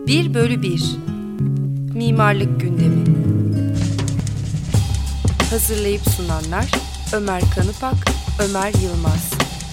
1/1 Mimarlık Gündemi. Hazırlayıp sunanlar Ömer Kanıpak, Ömer Yılmaz.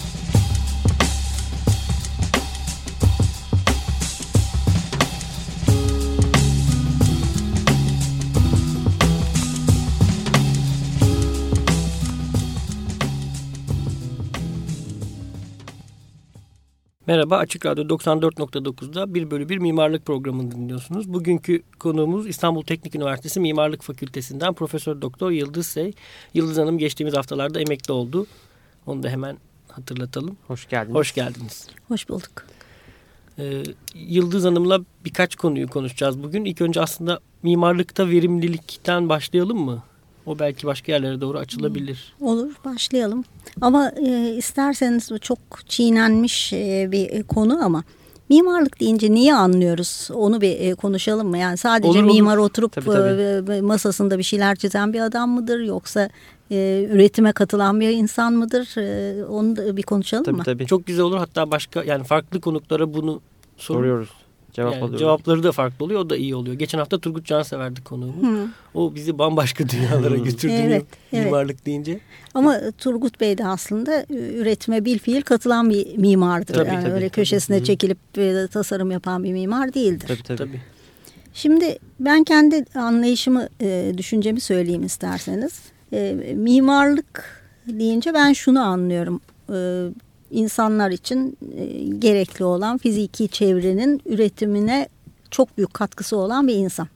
Merhaba, Açık Radyo 94.9'da 1/1 Mimarlık programını dinliyorsunuz. Bugünkü konuğumuz İstanbul Teknik Üniversitesi Mimarlık Fakültesinden Profesör Doktor Yıldız Sey. Yıldız Hanım geçtiğimiz haftalarda emekli oldu. Onu da hemen hatırlatalım. Hoş geldiniz. Hoş geldiniz. Hoş bulduk. Yıldız Hanım'la birkaç konuyu konuşacağız bugün. İlk önce aslında mimarlıkta verimlilikten başlayalım mı? O belki başka yerlere doğru açılabilir. Olur, başlayalım. Ama isterseniz çok çiğnenmiş bir konu ama mimarlık deyince niye anlıyoruz? Onu bir konuşalım mı? Yani sadece olur. mimar oturup tabii. Masasında bir şeyler çizen bir adam mıdır? Yoksa üretime katılan bir insan mıdır? Onu da bir konuşalım mı? Tabii. Çok güzel olur. Hatta başka yani farklı konuklara bunu soruyoruz. Cevapları da farklı oluyor. O da iyi oluyor. Geçen hafta Turgut Cansever'di konuğumuz. O bizi bambaşka dünyalara götürdü mimarlık deyince. Ama Turgut Bey de aslında üretime bilfiil katılan bir mimardır. Tabii. Öyle köşesine çekilip tasarım yapan bir mimar değildir. Tabii. Şimdi ben kendi anlayışımı, düşüncemi söyleyeyim isterseniz. Mimarlık deyince ben şunu anlıyorum. İnsanlar için gerekli olan fiziki çevrenin üretimine çok büyük katkısı olan bir insan.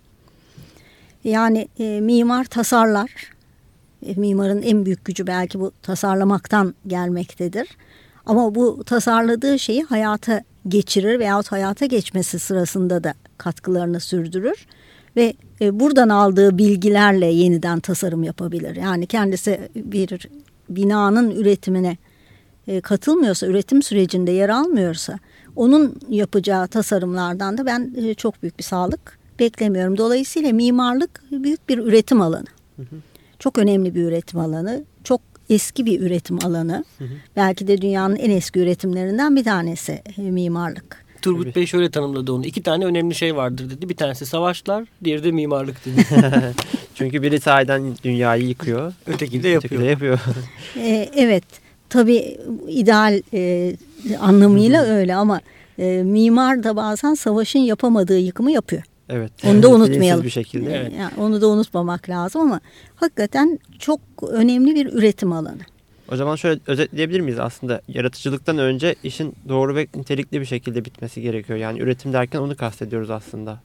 Yani mimar tasarlar. Mimarın en büyük gücü belki bu tasarlamaktan gelmektedir. Ama bu tasarladığı şeyi hayata geçirir veyahut hayata geçmesi sırasında da katkılarını sürdürür. Ve buradan aldığı bilgilerle yeniden tasarım yapabilir. Yani kendisi bir binanın üretimine katılmıyorsa, üretim sürecinde yer almıyorsa onun yapacağı tasarımlardan da ben çok büyük bir sağlık beklemiyorum. Dolayısıyla mimarlık büyük bir üretim alanı. Çok önemli bir üretim alanı. Çok eski bir üretim alanı. Belki de dünyanın en eski üretimlerinden bir tanesi mimarlık. Turgut Bey şöyle tanımladı onu. 2 tane önemli şey vardır dedi. Bir tanesi savaşlar, diğeri de mimarlık dedi. Çünkü biri sahiden dünyayı yıkıyor. Öteki de yapıyor. Evet. Tabii ideal anlamıyla öyle ama mimar da bazen savaşın yapamadığı yıkımı yapıyor. Evet. Onu da unutmayalım. Bir şekilde. Evet. Yani onu da unutmamak lazım ama hakikaten çok önemli bir üretim alanı. O zaman şöyle özetleyebilir miyiz aslında? Yaratıcılıktan önce işin doğru ve nitelikli bir şekilde bitmesi gerekiyor. Yani üretim derken onu kastediyoruz aslında.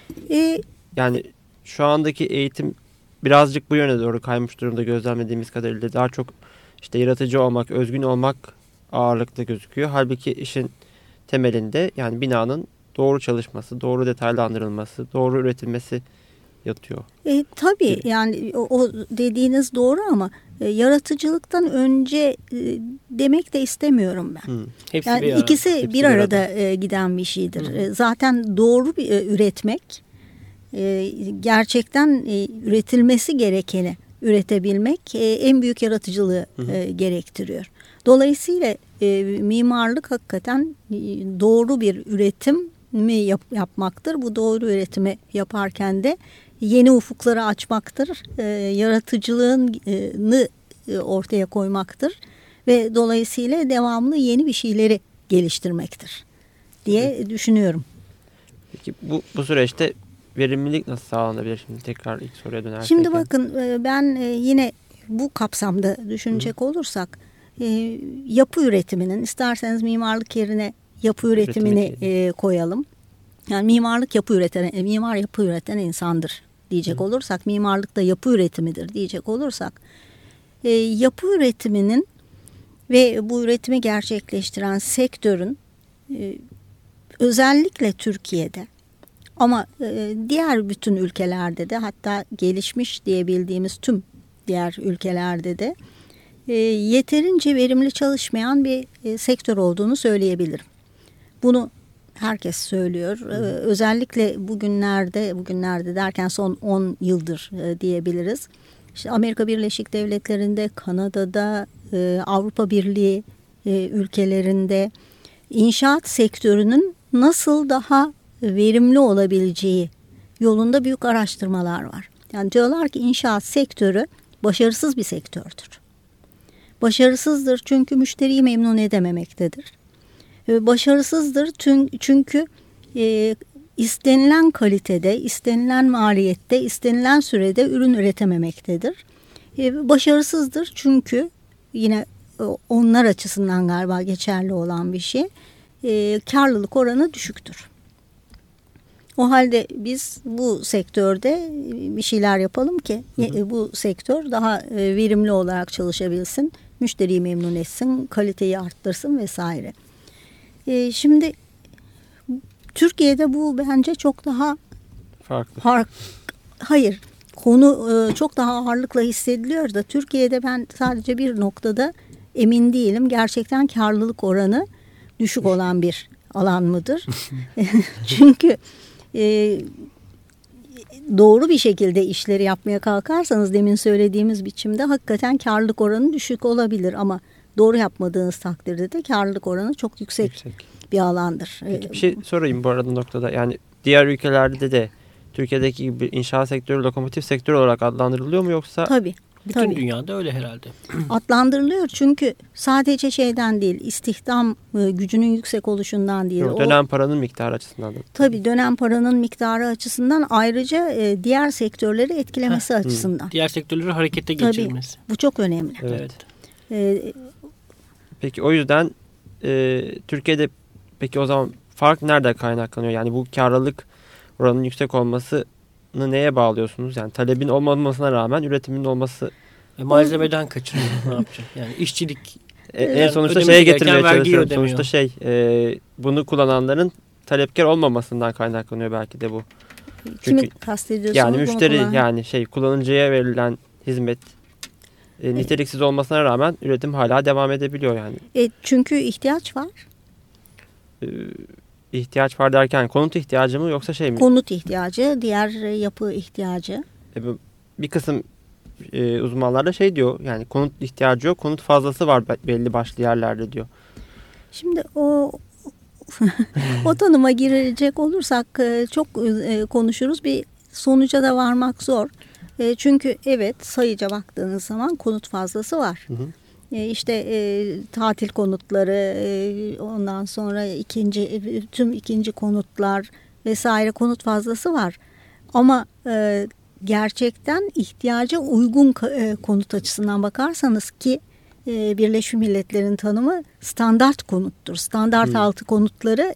Yani şu andaki eğitim birazcık bu yöne doğru kaymış durumda gözlemlediğimiz kadarıyla. Daha çok işte yaratıcı olmak, özgün olmak ağırlıkta gözüküyor. Halbuki işin temelinde yani binanın doğru çalışması, doğru detaylandırılması, doğru üretilmesi yatıyor. Tabii yani o dediğiniz doğru ama yaratıcılıktan önce demek de istemiyorum ben. Yani ikisi bir arada giden bir şeydir. Zaten doğru bir üretmek, gerçekten üretilmesi gerekeni üretebilmek en büyük yaratıcılığı gerektiriyor. Dolayısıyla mimarlık hakikaten doğru bir üretim mi yapmaktır. Bu doğru üretimi yaparken de yeni ufukları açmaktır. Yaratıcılığını ortaya koymaktır. Ve dolayısıyla devamlı yeni bir şeyleri geliştirmektir diye düşünüyorum. Peki bu süreçte verimlilik nasıl sağlanabilir? Şimdi tekrar ilk soruya dönersek. Şimdi bakın ben yine bu kapsamda düşünecek olursak yapı üretiminin, isterseniz mimarlık yerine yapı üretimini koyalım. Yani mimarlık mimar yapı üreten insandır diyecek olursak, mimarlık da yapı üretimidir diyecek olursak, yapı üretiminin ve bu üretimi gerçekleştiren sektörün özellikle Türkiye'de ama diğer bütün ülkelerde de, hatta gelişmiş diyebildiğimiz tüm diğer ülkelerde de yeterince verimli çalışmayan bir sektör olduğunu söyleyebilirim. Bunu herkes söylüyor. Özellikle bugünlerde derken son 10 yıldır diyebiliriz. İşte Amerika Birleşik Devletleri'nde, Kanada'da, Avrupa Birliği ülkelerinde inşaat sektörünün nasıl daha verimli olabileceği yolunda büyük araştırmalar var. Yani diyorlar ki inşaat sektörü başarısız bir sektördür. Başarısızdır çünkü müşteriyi memnun edememektedir. Başarısızdır çünkü istenilen kalitede, istenilen maliyette, istenilen sürede ürün üretememektedir. Başarısızdır çünkü yine onlar açısından galiba geçerli olan bir şey. Karlılık oranı düşüktür. O halde biz bu sektörde bir şeyler yapalım ki bu sektör daha verimli olarak çalışabilsin, müşteriyi memnun etsin, kaliteyi arttırsın vesaire. Şimdi Türkiye'de bu bence çok daha farklı. Hayır, konu çok daha ağırlıkla hissediliyor da Türkiye'de ben sadece bir noktada emin değilim. Gerçekten karlılık oranı düşük olan bir alan mıdır? Çünkü doğru bir şekilde işleri yapmaya kalkarsanız demin söylediğimiz biçimde hakikaten karlılık oranı düşük olabilir ama doğru yapmadığınız takdirde de karlılık oranı çok yüksek bir alandır. Peki bir şey sorayım bu arada noktada. Yani diğer ülkelerde de Türkiye'deki gibi inşaat sektörü lokomotif sektörü olarak adlandırılıyor mu yoksa? Tabii. Bütün dünyada öyle herhalde. Adlandırılıyor çünkü sadece şeyden değil, istihdam gücünün yüksek oluşundan değil. Dönem paranın miktarı açısından da. Tabii dönem paranın miktarı açısından ayrıca diğer sektörleri etkilemesi açısından. Diğer sektörleri harekete geçirmesi. Tabii, bu çok önemli. Evet. Peki o yüzden Türkiye'de peki o zaman fark nerede kaynaklanıyor? Yani bu karlılık oranının yüksek olması neye bağlıyorsunuz? Yani talebin olmamasına rağmen üretimin olması. Malzemeden kaçırıyor. Ne yapacak? Yani işçilik. En sonuçta şeye getirmeye çalışıyorum. Sonuçta bunu kullananların talepkar olmamasından kaynaklanıyor belki de bu. Kimi kastediyorsunuz? Yani müşteri yani kullanıcıya verilen hizmet niteliksiz olmasına rağmen üretim hala devam edebiliyor yani. Çünkü ihtiyaç var. İhtiyaç var derken konut ihtiyacı mı yoksa mi? Konut ihtiyacı, diğer yapı ihtiyacı. Bir kısım uzmanlar da diyor yani konut ihtiyacı yok, konut fazlası var belli başlı yerlerde diyor. Şimdi o tanıma girecek olursak çok konuşuruz, bir sonuca da varmak zor. Çünkü evet sayıca baktığınız zaman konut fazlası var. Hı hı. Tatil konutları, ondan sonra tüm ikinci konutlar vesaire konut fazlası var. Ama gerçekten ihtiyaca uygun konut açısından bakarsanız ki Birleşmiş Milletler'in tanımı standart konuttur. Standart altı konutları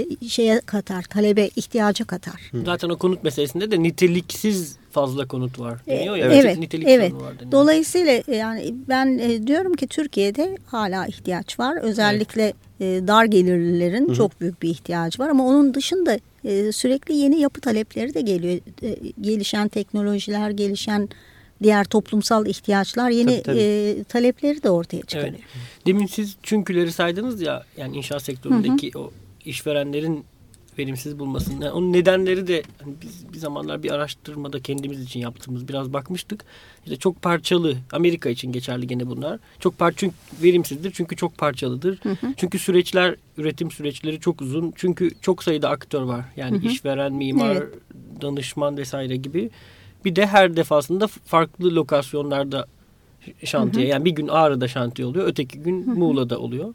talebe, ihtiyaca katar. Zaten o konut meselesinde de niteliksiz fazla konut var deniyor ya. Evet. Var deniyor. Dolayısıyla yani ben diyorum ki Türkiye'de hala ihtiyaç var. Özellikle dar gelirlilerin çok büyük bir ihtiyacı var ama onun dışında sürekli yeni yapı talepleri de geliyor. Gelişen teknolojiler, gelişen diğer toplumsal ihtiyaçlar yeni talepleri de ortaya çıkarıyor. Evet. Demin siz çünküleri saydınız ya, yani inşaat sektöründeki o işverenlerin verimsiz bulmasının. Yani onun nedenleri de biz bir zamanlar bir araştırmada kendimiz için yaptığımız biraz bakmıştık. Çok parçalı, Amerika için geçerli gene bunlar. Çünkü verimsizdir çünkü çok parçalıdır. Çünkü üretim süreçleri çok uzun. Çünkü çok sayıda aktör var. Yani işveren, mimar, danışman vesaire gibi. Bir de her defasında farklı lokasyonlarda şantiye. Yani bir gün Ağrı'da şantiye oluyor, öteki gün Muğla'da oluyor.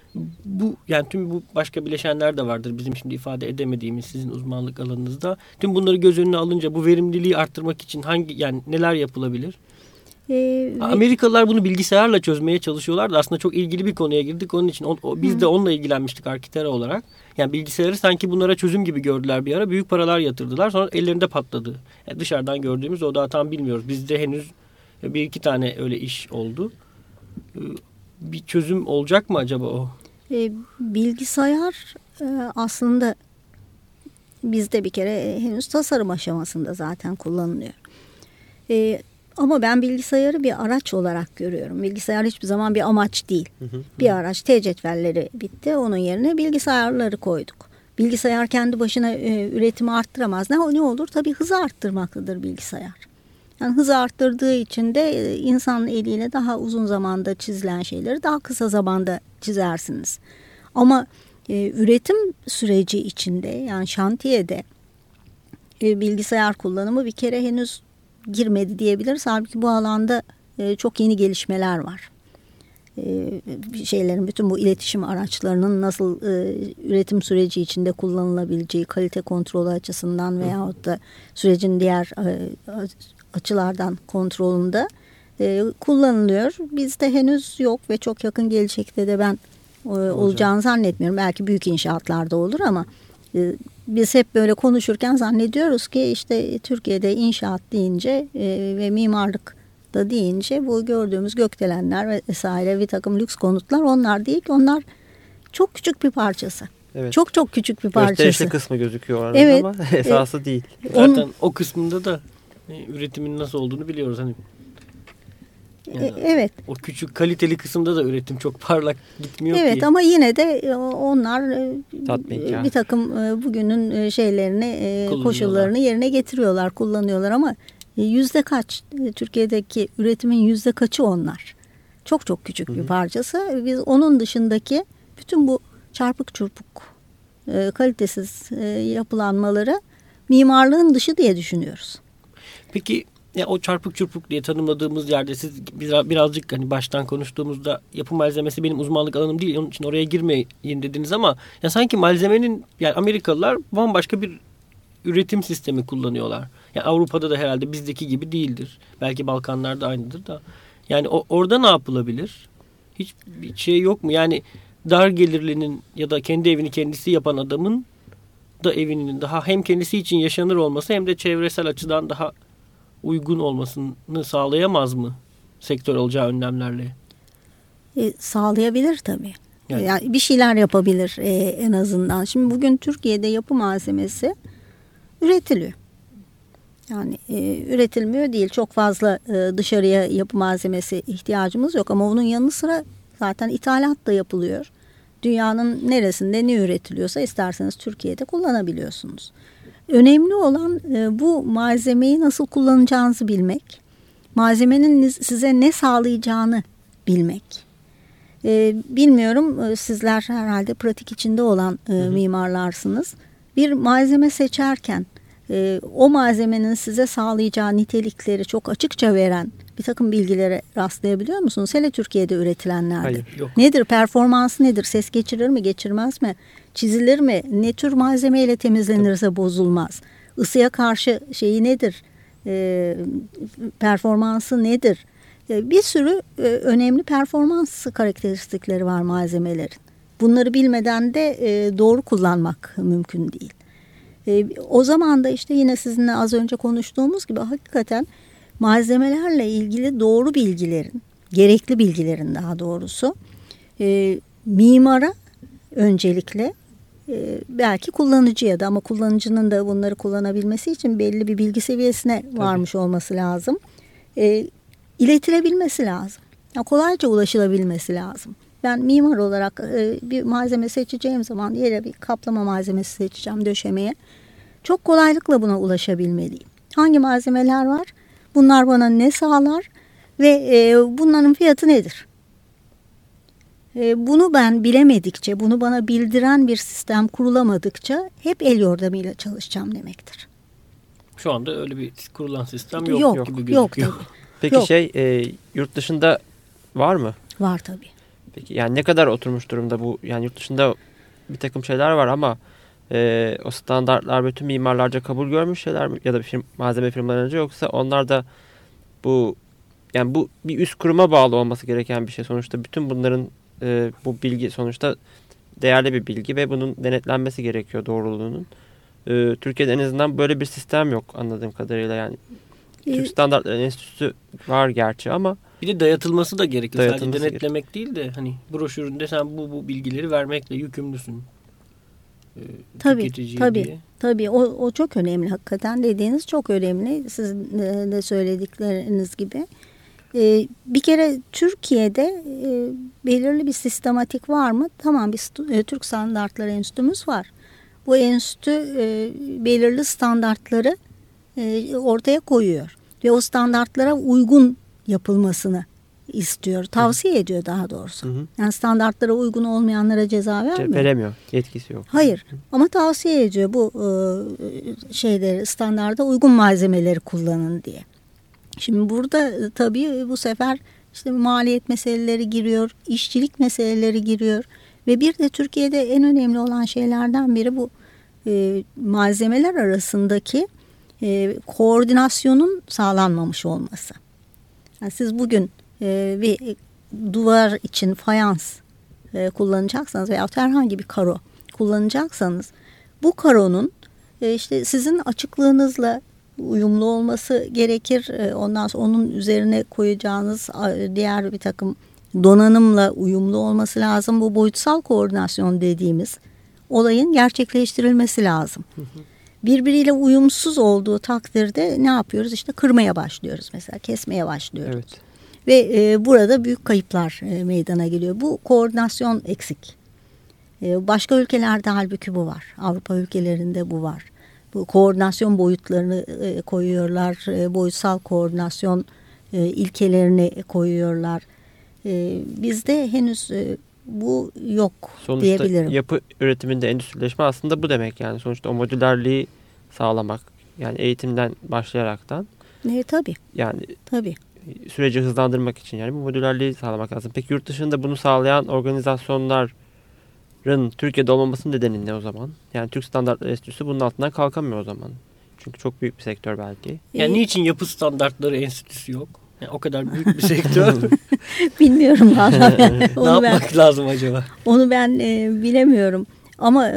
Tüm bu başka bileşenler de vardır bizim şimdi ifade edemediğimiz sizin uzmanlık alanınızda. Tüm bunları göz önüne alınca bu verimliliği arttırmak için neler yapılabilir? Amerikalılar bunu bilgisayarla çözmeye çalışıyorlar da aslında çok ilgili bir konuya girdik. Onun için biz de onunla ilgilenmiştik Arkitera olarak. Yani bilgisayarı sanki bunlara çözüm gibi gördüler bir ara. Büyük paralar yatırdılar. Sonra ellerinde patladı. Yani dışarıdan gördüğümüz o daha tam bilmiyoruz. Bizde henüz bir iki tane öyle iş oldu. Bir çözüm olacak mı acaba o? Bilgisayar aslında bizde bir kere henüz tasarım aşamasında zaten kullanılıyor. Ama ben bilgisayarı bir araç olarak görüyorum. Bilgisayar hiçbir zaman bir amaç değil. Bir araç. T-cetvelleri bitti. Onun yerine bilgisayarları koyduk. Bilgisayar kendi başına üretimi arttıramaz. Ne olur? Tabii hızı arttırmaktadır bilgisayar. Yani hızı arttırdığı için de insan eliyle daha uzun zamanda çizilen şeyleri daha kısa zamanda çizersiniz. Ama Üretim süreci içinde, yani şantiyede bilgisayar kullanımı bir kere henüz girmedi diyebiliriz. Halbuki bu alanda çok yeni gelişmeler var. Bütün bu iletişim araçlarının nasıl üretim süreci içinde kullanılabileceği, kalite kontrolü açısından veyahut da sürecin diğer açılardan kontrolünde kullanılıyor. Bizde henüz yok ve çok yakın gelecekte de ben olacağını zannetmiyorum. Belki büyük inşaatlarda olur ama biz hep böyle konuşurken zannediyoruz ki işte Türkiye'de inşaat deyince ve mimarlık da deyince bu gördüğümüz gökdelenler vesaire bir takım lüks konutlar, onlar değil ki, onlar çok küçük bir parçası. Evet. Çok çok küçük bir parçası. Gösterişli kısmı gözüküyor orada, evet, ama esası değil. Zaten o kısmında da üretimin nasıl olduğunu biliyoruz. Hani yani evet. O küçük kaliteli kısımda da üretim çok parlak gitmiyor ki. Evet, ama yine de onlar bir takım bugünün koşullarını yerine getiriyorlar, kullanıyorlar ama yüzde kaç? Türkiye'deki üretimin yüzde kaçı onlar? Çok çok küçük bir parçası. Biz onun dışındaki bütün bu çarpık çurpuk kalitesiz yapılanmaları mimarlığın dışı diye düşünüyoruz. Peki o çarpık çurpuk diye tanımladığımız yerde siz birazcık hani baştan konuştuğumuzda yapı malzemesi benim uzmanlık alanım değil, onun için oraya girmeyin dediniz ama ya sanki malzemenin, yani Amerikalılar bambaşka bir üretim sistemi kullanıyorlar. Yani Avrupa'da da herhalde bizdeki gibi değildir. Belki Balkanlarda aynıdır da. Yani orada ne yapılabilir? Hiçbir şey yok mu? Yani dar gelirlinin ya da kendi evini kendisi yapan adamın da evinin daha hem kendisi için yaşanır olması hem de çevresel açıdan daha uygun olmasını sağlayamaz mı sektör alacağı önlemlerle? Sağlayabilir tabii. Yani bir şeyler yapabilir en azından. Şimdi bugün Türkiye'de yapı malzemesi üretiliyor. Yani üretilmiyor değil. Çok fazla dışarıya yapı malzemesi ihtiyacımız yok ama bunun yanı sıra zaten ithalat da yapılıyor. Dünyanın neresinde ne üretiliyorsa isterseniz Türkiye'de kullanabiliyorsunuz. Önemli olan bu malzemeyi nasıl kullanacağınızı bilmek. Malzemenin size ne sağlayacağını bilmek. Bilmiyorum, sizler herhalde pratik içinde olan mimarlarsınız. Bir malzeme seçerken o malzemenin size sağlayacağı nitelikleri çok açıkça veren bir takım bilgilere rastlayabiliyor musunuz? Hele Türkiye'de üretilenlerde. Hayır, yok. Nedir? Performansı nedir? Ses geçirir mi? Geçirmez mi? Çizilir mi? Ne tür malzemeyle temizlenirse bozulmaz? Isıya karşı şeyi nedir? Performansı nedir? Bir sürü önemli performans karakteristikleri var malzemelerin. Bunları bilmeden de doğru kullanmak mümkün değil. O zaman da işte yine sizinle az önce konuştuğumuz gibi hakikaten malzemelerle ilgili doğru bilgilerin, gerekli bilgilerin daha doğrusu mimara öncelikle, belki kullanıcıya da, ama kullanıcının da bunları kullanabilmesi için belli bir bilgi seviyesine varmış olması lazım. İletilebilmesi lazım. Yani kolayca ulaşılabilmesi lazım. Ben mimar olarak bir malzeme seçeceğim zaman, diyelim bir kaplama malzemesi seçeceğim döşemeye, çok kolaylıkla buna ulaşabilmeliyim. Hangi malzemeler var? Bunlar bana ne sağlar? Ve bunların fiyatı nedir? Bunu ben bilemedikçe, bunu bana bildiren bir sistem kurulamadıkça hep el yordamıyla çalışacağım demektir. Şu anda öyle bir kurulan sistem yok gibi gözüküyor. Yok, Peki yurt dışında var mı? Var tabii. Peki yani ne kadar oturmuş durumda bu? Yani yurt dışında bir takım şeyler var ama o standartlar bütün mimarlarca kabul görmüş şeyler mi? Ya da malzeme firmalarınca, yoksa onlar da bu bir üst kuruma bağlı olması gereken bir şey. Sonuçta bütün bunların bu bilgi sonuçta değerli bir bilgi ve bunun denetlenmesi gerekiyor, doğruluğunun. Türkiye'de en azından böyle bir sistem yok anladığım kadarıyla yani. Türk Standartları Enstitüsü var gerçi ama bir de dayatılması da gerekiyor. Sadece denetlemek değil de hani broşüründe sen bu bilgileri vermekle yükümlüsün. Tabii o çok önemli, hakikaten dediğiniz çok önemli, sizin de söyledikleriniz gibi. Bir kere Türkiye'de belirli bir sistematik var mı? Tamam, biz Türk Standartları Enstitümüz var. Bu enstitü belirli standartları ortaya koyuyor ve o standartlara uygun yapılmasını istiyor. Tavsiye ediyor daha doğrusu. Yani standartlara uygun olmayanlara ceza vermiyor. Veremiyor. Yetkisi yok. Hayır. Ama tavsiye ediyor bu standarda uygun malzemeleri kullanın diye. Şimdi burada tabii bu sefer işte maliyet meseleleri giriyor, işçilik meseleleri giriyor ve bir de Türkiye'de en önemli olan şeylerden biri bu malzemeler arasındaki koordinasyonun sağlanmamış olması. Yani siz bugün bir duvar için fayans kullanacaksanız veya herhangi bir karo kullanacaksanız bu karonun işte sizin açıklığınızla uyumlu olması gerekir. Ondan sonra onun üzerine koyacağınız diğer bir takım donanımla uyumlu olması lazım. Bu boyutsal koordinasyon dediğimiz olayın gerçekleştirilmesi lazım. Birbiriyle uyumsuz olduğu takdirde ne yapıyoruz? İşte kırmaya başlıyoruz mesela, kesmeye başlıyoruz. Evet. Ve burada büyük kayıplar meydana geliyor. Bu koordinasyon eksik. Başka ülkelerde halbuki bu var. Avrupa ülkelerinde bu var. Bu koordinasyon boyutlarını koyuyorlar. Boyutsal koordinasyon ilkelerini koyuyorlar. Bizde henüz bu yok sonuçta diyebilirim. Sonuçta yapı üretiminde endüstrileşme aslında bu demek yani. Sonuçta o modülerliği sağlamak. Yani eğitimden başlayaraktan. Tabii. Yani tabii. Süreci hızlandırmak için yani bu modülerliği sağlamak lazım. Peki yurt dışında bunu sağlayan organizasyonların Türkiye'de olmamasının nedeni ne o zaman? Yani Türk Standartları Enstitüsü bunun altından kalkamıyor o zaman. Çünkü çok büyük bir sektör belki. Yani niçin Yapı Standartları Enstitüsü yok? Yani o kadar büyük bir sektör. Bilmiyorum valla. Ne yapmak lazım acaba? Onu ben bilemiyorum. Ama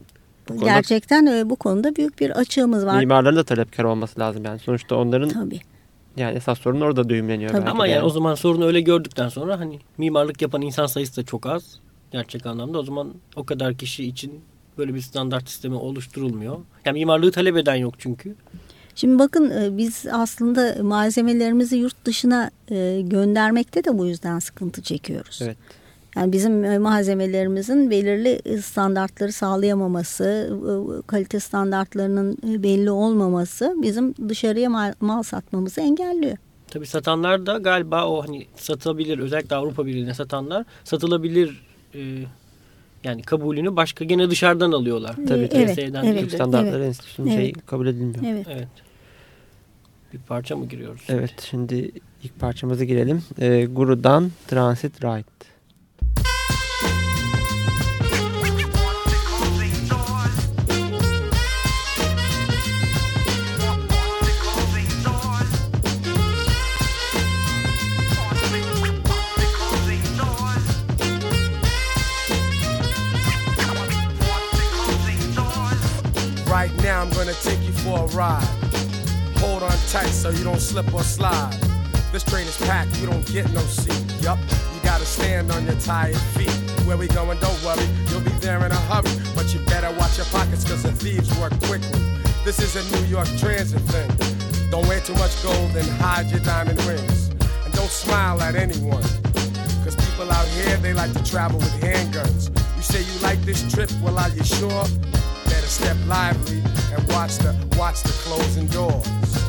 gerçekten bu konuda büyük bir açığımız var. Mimarların da talepkar olması lazım yani. Sonuçta onların tabii. Yani esas sorun orada düğümleniyor. Ama yani o zaman sorunu öyle gördükten sonra hani mimarlık yapan insan sayısı da çok az. Gerçek anlamda o zaman o kadar kişi için böyle bir standart sistemi oluşturulmuyor. Yani mimarlığı talep eden yok çünkü. Şimdi bakın biz aslında malzemelerimizi yurt dışına göndermekte de bu yüzden sıkıntı çekiyoruz. Evet. Yani bizim malzemelerimizin belirli standartları sağlayamaması, kalite standartlarının belli olmaması bizim dışarıya mal satmamızı engelliyor. Tabii satanlar da galiba o hani satabilir, özellikle Avrupa Birliği'ne satanlar satılabilir yani kabulünü başka gene dışarıdan alıyorlar. Tabii TSE'den değil de. Türk Standartları Enstitüsü'nün şeyi kabul edilmiyor. Evet. Bir parça mı giriyoruz? Evet, şimdi ilk parçamıza girelim. Guru'dan Transit Ride. Right now I'm gonna take you for a ride. Hold on tight so you don't slip or slide. This train is packed, you don't get no seat. Yup, you gotta stand on your tired feet. Where we going, don't worry, you'll be there in a hurry. But you better watch your pockets cause the thieves work quickly. This is a New York transit thing. Don't wear too much gold and hide your diamond rings. And don't smile at anyone. Cause people out here, they like to travel with handguns. You say you like this trip, well are you sure? Better step lively and watch the closing doors.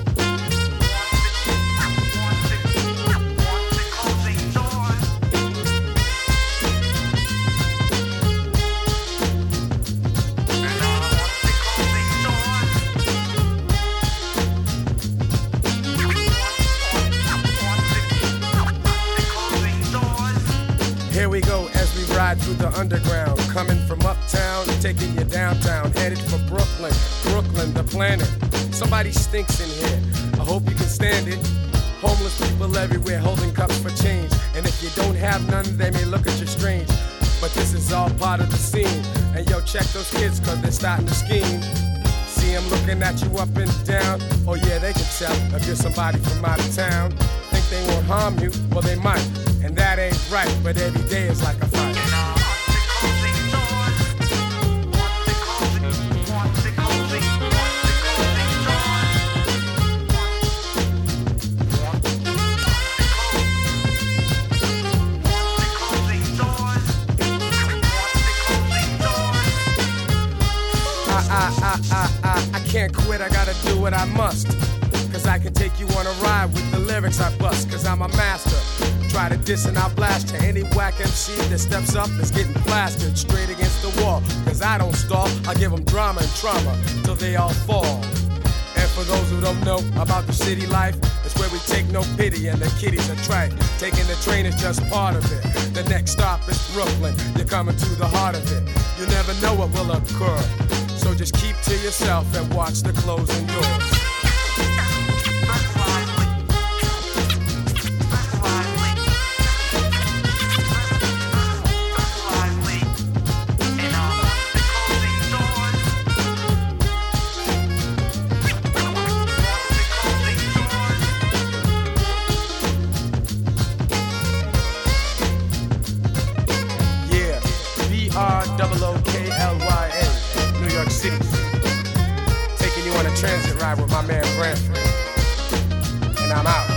Here we go as we ride through the underground, coming from uptown, taking you downtown, headed for Brooklyn, Brooklyn, the planet. Somebody stinks in here, I hope you can stand it. Homeless people everywhere holding cups for change, and if you don't have none, they may look at you strange. But this is all part of the scene, and yo, check those kids cause they're starting to scheme. See them looking at you up and down, oh yeah, they can tell if you're somebody from out of town. Think they won't harm you, well they might, and that ain't right, but every day is like a fight. I can't quit, I gotta do what I must. Cause I can take you on a ride with the lyrics I bust. Cause I'm a master, Try to diss and I blast you. Any whack MC that steps up is getting plastered straight against the wall. Cause I don't stall, I give them drama and trauma till they all fall. And for those who don't know about the city life, it's where we take no pity and the kiddies are trite. Taking the train is just part of it. The next stop is Brooklyn, you're coming to the heart of it. You never know what will occur, so just keep to yourself and watch the closing doors. R-O-O-K-L-Y-A, New York City. Taking you on a transit ride with my man Branford. And I'm out.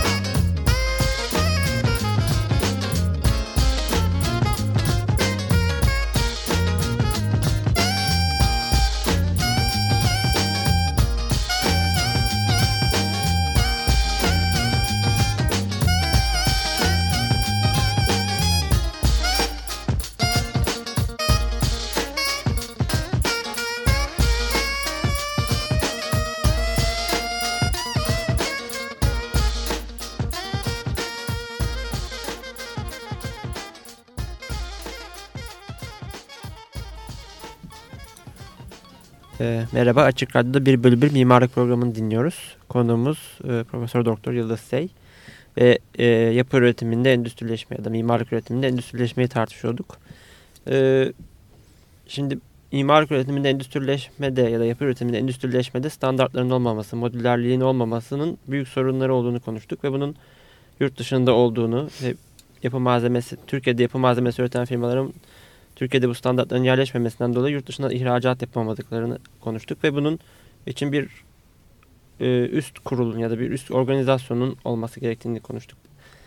Merhaba, Açık Radyo'da 1/1 mimarlık programını dinliyoruz. Konuğumuz Profesör Doktor Yıldız Sey ve yapı üretiminde endüstrileşme ya da mimarlık üretiminde endüstrileşmeyi tartışıyorduk. Şimdi mimarlık üretiminde endüstrileşmede ya da yapı üretiminde endüstrileşmede standartların olmaması, modülerliğin olmamasının büyük sorunları olduğunu konuştuk ve bunun yurt dışında olduğunu ve Türkiye'de yapı malzemesi üreten firmaların Türkiye'de bu standartların yerleşmemesinden dolayı yurt dışına ihracat yapamadıklarını konuştuk ve bunun için bir üst kurulun ya da bir üst organizasyonun olması gerektiğini konuştuk.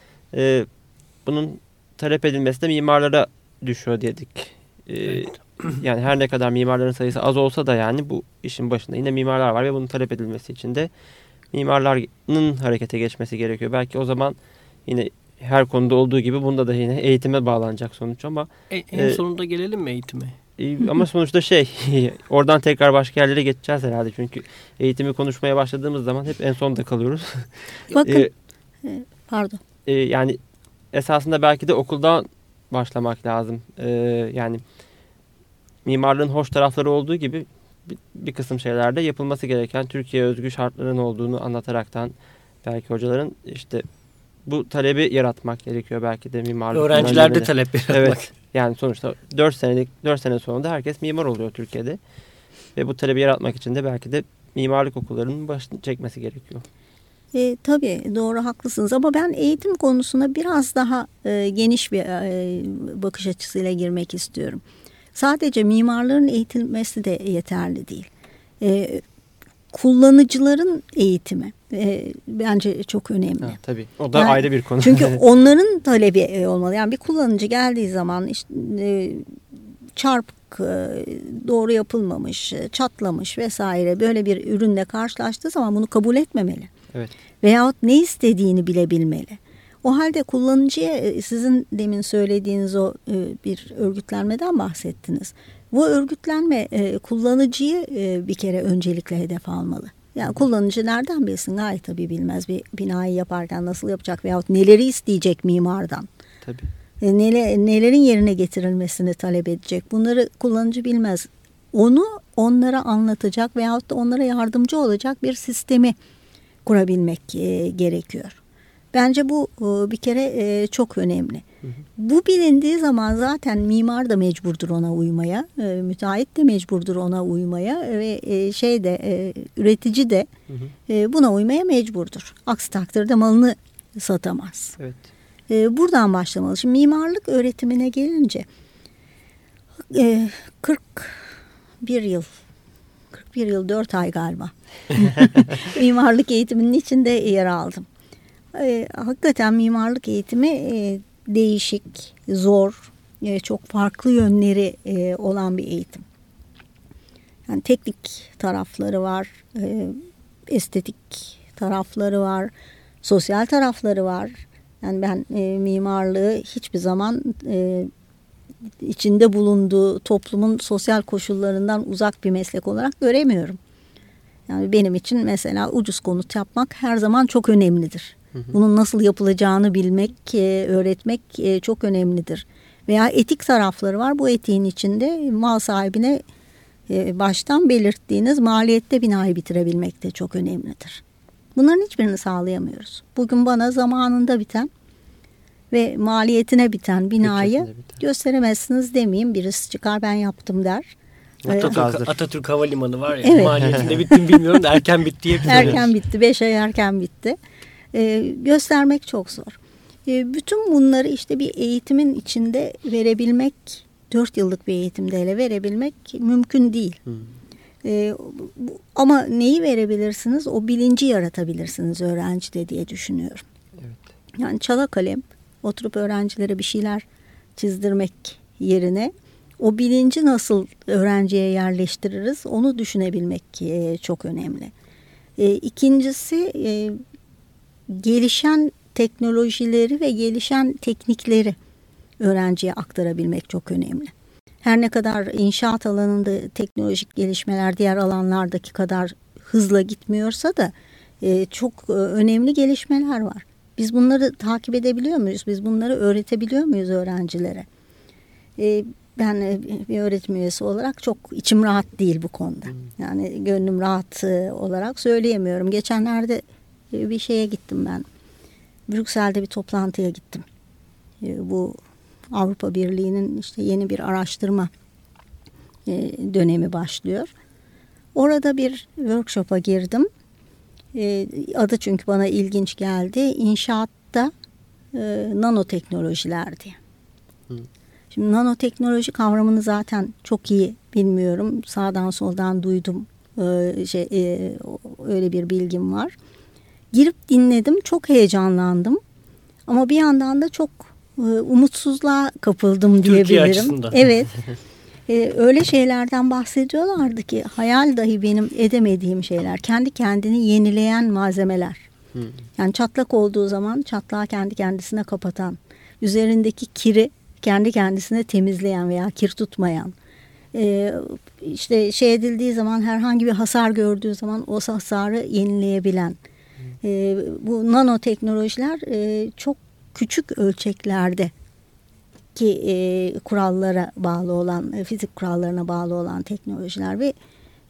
Bunun talep edilmesi de mimarlara düşüyor dedik. Evet. Yani her ne kadar mimarların sayısı az olsa da yani bu işin başında yine mimarlar var ve bunun talep edilmesi için de mimarların harekete geçmesi gerekiyor. Belki o zaman yine her konuda olduğu gibi bunda da yine eğitime bağlanacak sonuç ama en sonunda gelelim mi eğitime? Ama sonuçta oradan tekrar başka yerlere geçeceğiz herhalde. Çünkü eğitimi konuşmaya başladığımız zaman hep en sonda kalıyoruz. Bakın pardon. Yani esasında belki de okuldan başlamak lazım. Yani mimarlığın hoş tarafları olduğu gibi bir kısım şeylerde yapılması gereken Türkiye özgü şartların olduğunu anlataraktan belki hocaların işte bu talebi yaratmak gerekiyor belki de mimarlık. Öğrencilerde talep yaratmak. Evet. Yani sonuçta 4 sene sonunda herkes mimar oluyor Türkiye'de. Ve bu talebi yaratmak için de belki de mimarlık okullarının başını çekmesi gerekiyor. Tabii doğru, haklısınız ama ben eğitim konusuna biraz daha geniş bir bakış açısıyla girmek istiyorum. Sadece mimarların eğitilmesi de yeterli değil. Kullanıcıların eğitimi bence çok önemli. Ha, tabii. O da yani, ayrı bir konu. Çünkü onların talebi olmalı. Yani bir kullanıcı geldiği zaman işte, çarpık, doğru yapılmamış, çatlamış vesaire böyle bir ürünle karşılaştığı zaman bunu kabul etmemeli. Evet. Veyahut ne istediğini bilebilmeli. O halde kullanıcıya sizin demin söylediğiniz o bir örgütlenmeden bahsettiniz. Bu örgütlenme kullanıcıyı bir kere öncelikle hedef almalı. Yani kullanıcı nereden bilsin? Gayet tabii bilmez bir binayı yaparken nasıl yapacak veyahut neleri isteyecek mimardan. Tabii. Nelerin yerine getirilmesini talep edecek. Bunları kullanıcı bilmez. Onu onlara anlatacak veyahut da onlara yardımcı olacak bir sistemi kurabilmek gerekiyor. Bence bu bir kere çok önemli. Hı hı. Bu bilindiği zaman zaten mimar da mecburdur ona uymaya, müteahhit de mecburdur ona uymaya ve üretici de hı hı. Buna uymaya mecburdur. Aksi takdirde malını satamaz. Evet. Buradan başlamalı. Şimdi mimarlık öğretimine gelince 41 yıl 4 ay galiba mimarlık eğitiminin içinde yer aldım. Hakikaten mimarlık eğitimi değişik, zor, çok farklı yönleri olan bir eğitim. Yani teknik tarafları var, estetik tarafları var, sosyal tarafları var, Yani ben mimarlığı hiçbir zaman içinde bulunduğu toplumun sosyal koşullarından uzak bir meslek olarak göremiyorum. Yani benim için mesela ucuz konut yapmak her zaman çok önemlidir. Bunun nasıl yapılacağını bilmek, öğretmek çok önemlidir. Veya etik tarafları var. Bu etiğin içinde mal sahibine baştan belirttiğiniz maliyette binayı bitirebilmek de çok önemlidir. Bunların hiçbirini sağlayamıyoruz. Bugün bana zamanında biten ve maliyetine biten binayı gösteremezsiniz demeyeyim. Birisi çıkar ben yaptım der. Atatürk Havalimanı var ya. Evet. Maliyetinde bitti mi bilmiyorum da erken bitti. Erken bitti. 5 ay erken bitti. Göstermek çok zor. Bütün bunları işte bir eğitimin içinde verebilmek, 4 yıllık bir eğitimde hele verebilmek mümkün değil. Ama neyi verebilirsiniz? O bilinci yaratabilirsiniz öğrencide diye düşünüyorum. Evet. Yani çala kalem oturup öğrencilere bir şeyler çizdirmek yerine o bilinci nasıl öğrenciye yerleştiririz onu düşünebilmek çok önemli. İkincisi gelişen teknolojileri ve gelişen teknikleri öğrenciye aktarabilmek çok önemli. Her ne kadar inşaat alanında teknolojik gelişmeler diğer alanlardaki kadar hızla gitmiyorsa da çok önemli gelişmeler var. Biz bunları takip edebiliyor muyuz? Biz bunları öğretebiliyor muyuz öğrencilere? Ben bir öğretim üyesi olarak çok içim rahat değil bu konuda. Yani gönlüm rahat olarak söyleyemiyorum. Geçenlerde bir şeye gittim ben. Brüksel'de bir toplantıya gittim. Bu Avrupa Birliği'nin işte yeni bir araştırma dönemi başlıyor. Orada bir workshop'a girdim. Adı çünkü bana ilginç geldi. İnşaatta nanoteknolojiler diye. Şimdi nanoteknoloji kavramını zaten çok iyi bilmiyorum. Sağdan soldan duydum. Öyle bir bilgim var. Girip dinledim. Çok heyecanlandım. Ama bir yandan da çok umutsuzluğa kapıldım diyebilirim. Türkiye açısından. Evet. Öyle şeylerden bahsediyorlardı ki hayal dahi benim edemediğim şeyler. Kendi kendini yenileyen malzemeler. Yani çatlak olduğu zaman çatlağı kendi kendisine kapatan, üzerindeki kiri kendi kendisine temizleyen veya kir tutmayan, işte şey edildiği zaman herhangi bir hasar gördüğü zaman o hasarı yenileyebilen. Bu nanoteknolojiler çok küçük ölçeklerde ki kurallara bağlı olan, fizik kurallarına bağlı olan teknolojiler ve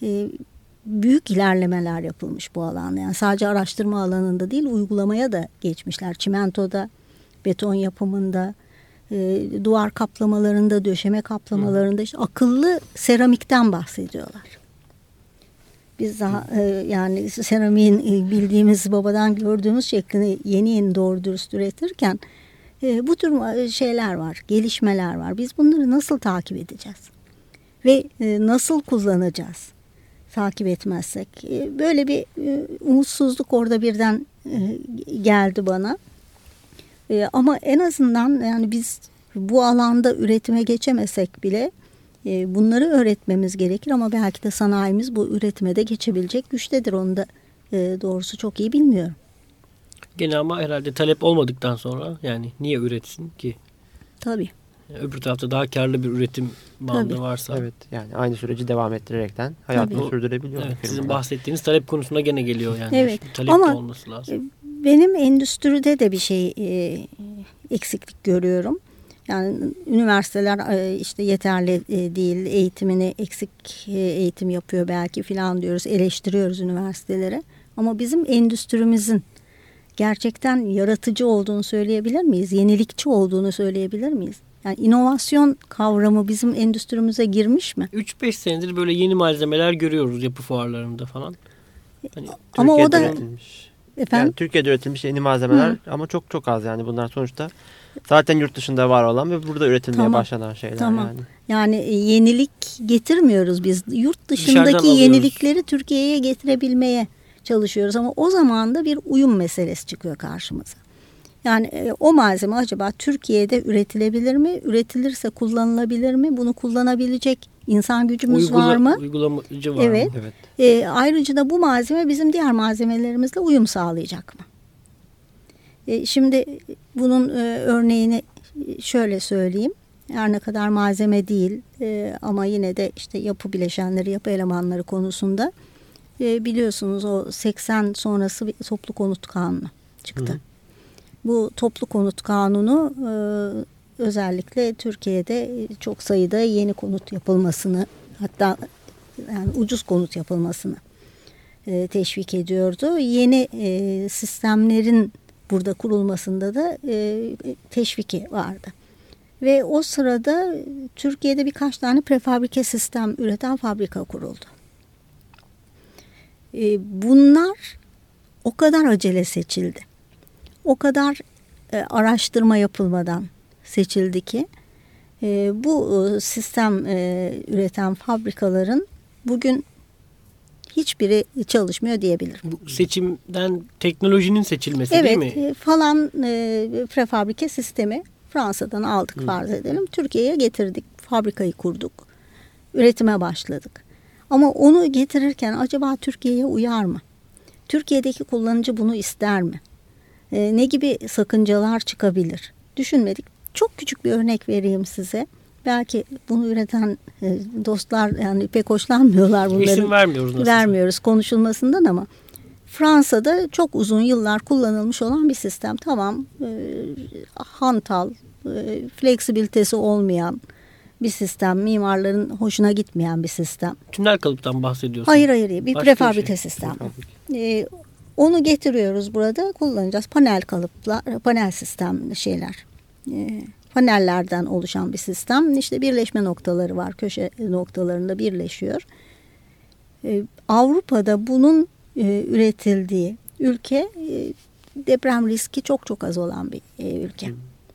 büyük ilerlemeler yapılmış bu alanda. Yani sadece araştırma alanında değil, uygulamaya da geçmişler. Çimentoda, beton yapımında, duvar kaplamalarında, döşeme kaplamalarında işte akıllı seramikten bahsediyorlar. Biz daha yani seramiğin bildiğimiz babadan gördüğümüz şeklini yeni doğru dürüst üretirken bu tür şeyler var, gelişmeler var. Biz bunları nasıl takip edeceğiz? Ve nasıl kullanacağız? Takip etmezsek. Böyle bir umutsuzluk orada birden geldi bana. Ama en azından yani biz bu alanda üretime geçemesek bile bunları öğretmemiz gerekir. Ama belki de sanayimiz bu üretime de geçebilecek güçtedir. Onu da doğrusu çok iyi bilmiyorum. Gene ama herhalde talep olmadıktan sonra yani niye üretsin ki? Tabii. Öbür tarafta daha karlı bir üretim bandı Tabii. varsa. Evet, yani aynı süreci devam ettirerekten hayatını sürdürebiliyor. Evet, sizin bahsettiğiniz talep konusuna gene geliyor yani. Evet. Talep ama de olması lazım. Benim endüstride de bir şey eksiklik görüyorum. Yani üniversiteler işte yeterli değil, eğitimini eksik eğitim yapıyor belki filan diyoruz, eleştiriyoruz üniversitelere. Ama bizim endüstrimizin gerçekten yaratıcı olduğunu söyleyebilir miyiz? Yenilikçi olduğunu söyleyebilir miyiz? Yani inovasyon kavramı bizim endüstrimize girmiş mi? 3-5 senedir böyle yeni malzemeler görüyoruz yapı fuarlarında falan. Hani ama o da üretilmiş. efendim? Yani Türkiye'de üretilmiş yeni malzemeler ama çok çok az yani bunlar sonuçta zaten yurt dışında var olan ve burada üretilmeye başlanan şeyler yani. Yani yenilik getirmiyoruz biz. Yurt dışındaki yenilikleri Türkiye'ye getirebilmeye çalışıyoruz ama o zaman da bir uyum meselesi çıkıyor karşımıza. Yani o malzeme acaba Türkiye'de üretilebilir mi? Üretilirse kullanılabilir mi? Bunu kullanabilecek insan gücümüz var mı? Uygulamacı var evet. mı? Evet. Ayrıca da bu malzeme bizim diğer malzemelerimizle uyum sağlayacak mı? Şimdi Bunun örneğini şöyle söyleyeyim. Her ne kadar malzeme değil ama yine de işte yapı bileşenleri, yapı elemanları konusunda biliyorsunuz o 80 sonrası bir toplu konut kanunu çıktı. Hı. Bu toplu konut kanunu özellikle Türkiye'de çok sayıda yeni konut yapılmasını, hatta yani ucuz konut yapılmasını teşvik ediyordu. Yeni sistemlerin burada kurulmasında da teşviki vardı. Ve o sırada Türkiye'de birkaç tane prefabrike sistem üreten fabrika kuruldu. Bunlar o kadar acele seçildi. O kadar araştırma yapılmadan seçildi ki bu sistem üreten fabrikaların bugün hiçbiri çalışmıyor diyebilirim. Bu seçimden teknolojinin seçilmesi değil mi? Evet, falan prefabrike sistemi Fransa'dan aldık farz edelim. Türkiye'ye getirdik, fabrikayı kurduk, üretime başladık. Ama onu getirirken acaba Türkiye'ye uyar mı? Türkiye'deki kullanıcı bunu ister mi? Ne gibi sakıncalar çıkabilir? Düşünmedik. Çok küçük bir örnek vereyim size. Belki bunu üreten dostlar yani pek hoşlanmıyorlar bunların. İsim vermiyoruz nasıl? Vermiyoruz konuşulmasından ama Fransa'da çok uzun yıllar kullanılmış olan bir sistem. Tamam, hantal, fleksibilitesi olmayan bir sistem. Mimarların hoşuna gitmeyen bir sistem. Tünel kalıptan bahsediyorsun. Hayır. Bir prefabrike sistem. Onu getiriyoruz burada, kullanacağız. Panel kalıplar, panel sistem şeyler. Panellerden oluşan bir sistem. İşte birleşme noktaları var. Köşe noktalarında birleşiyor. Avrupa'da bunun üretildiği ülke deprem riski çok az olan bir ülke.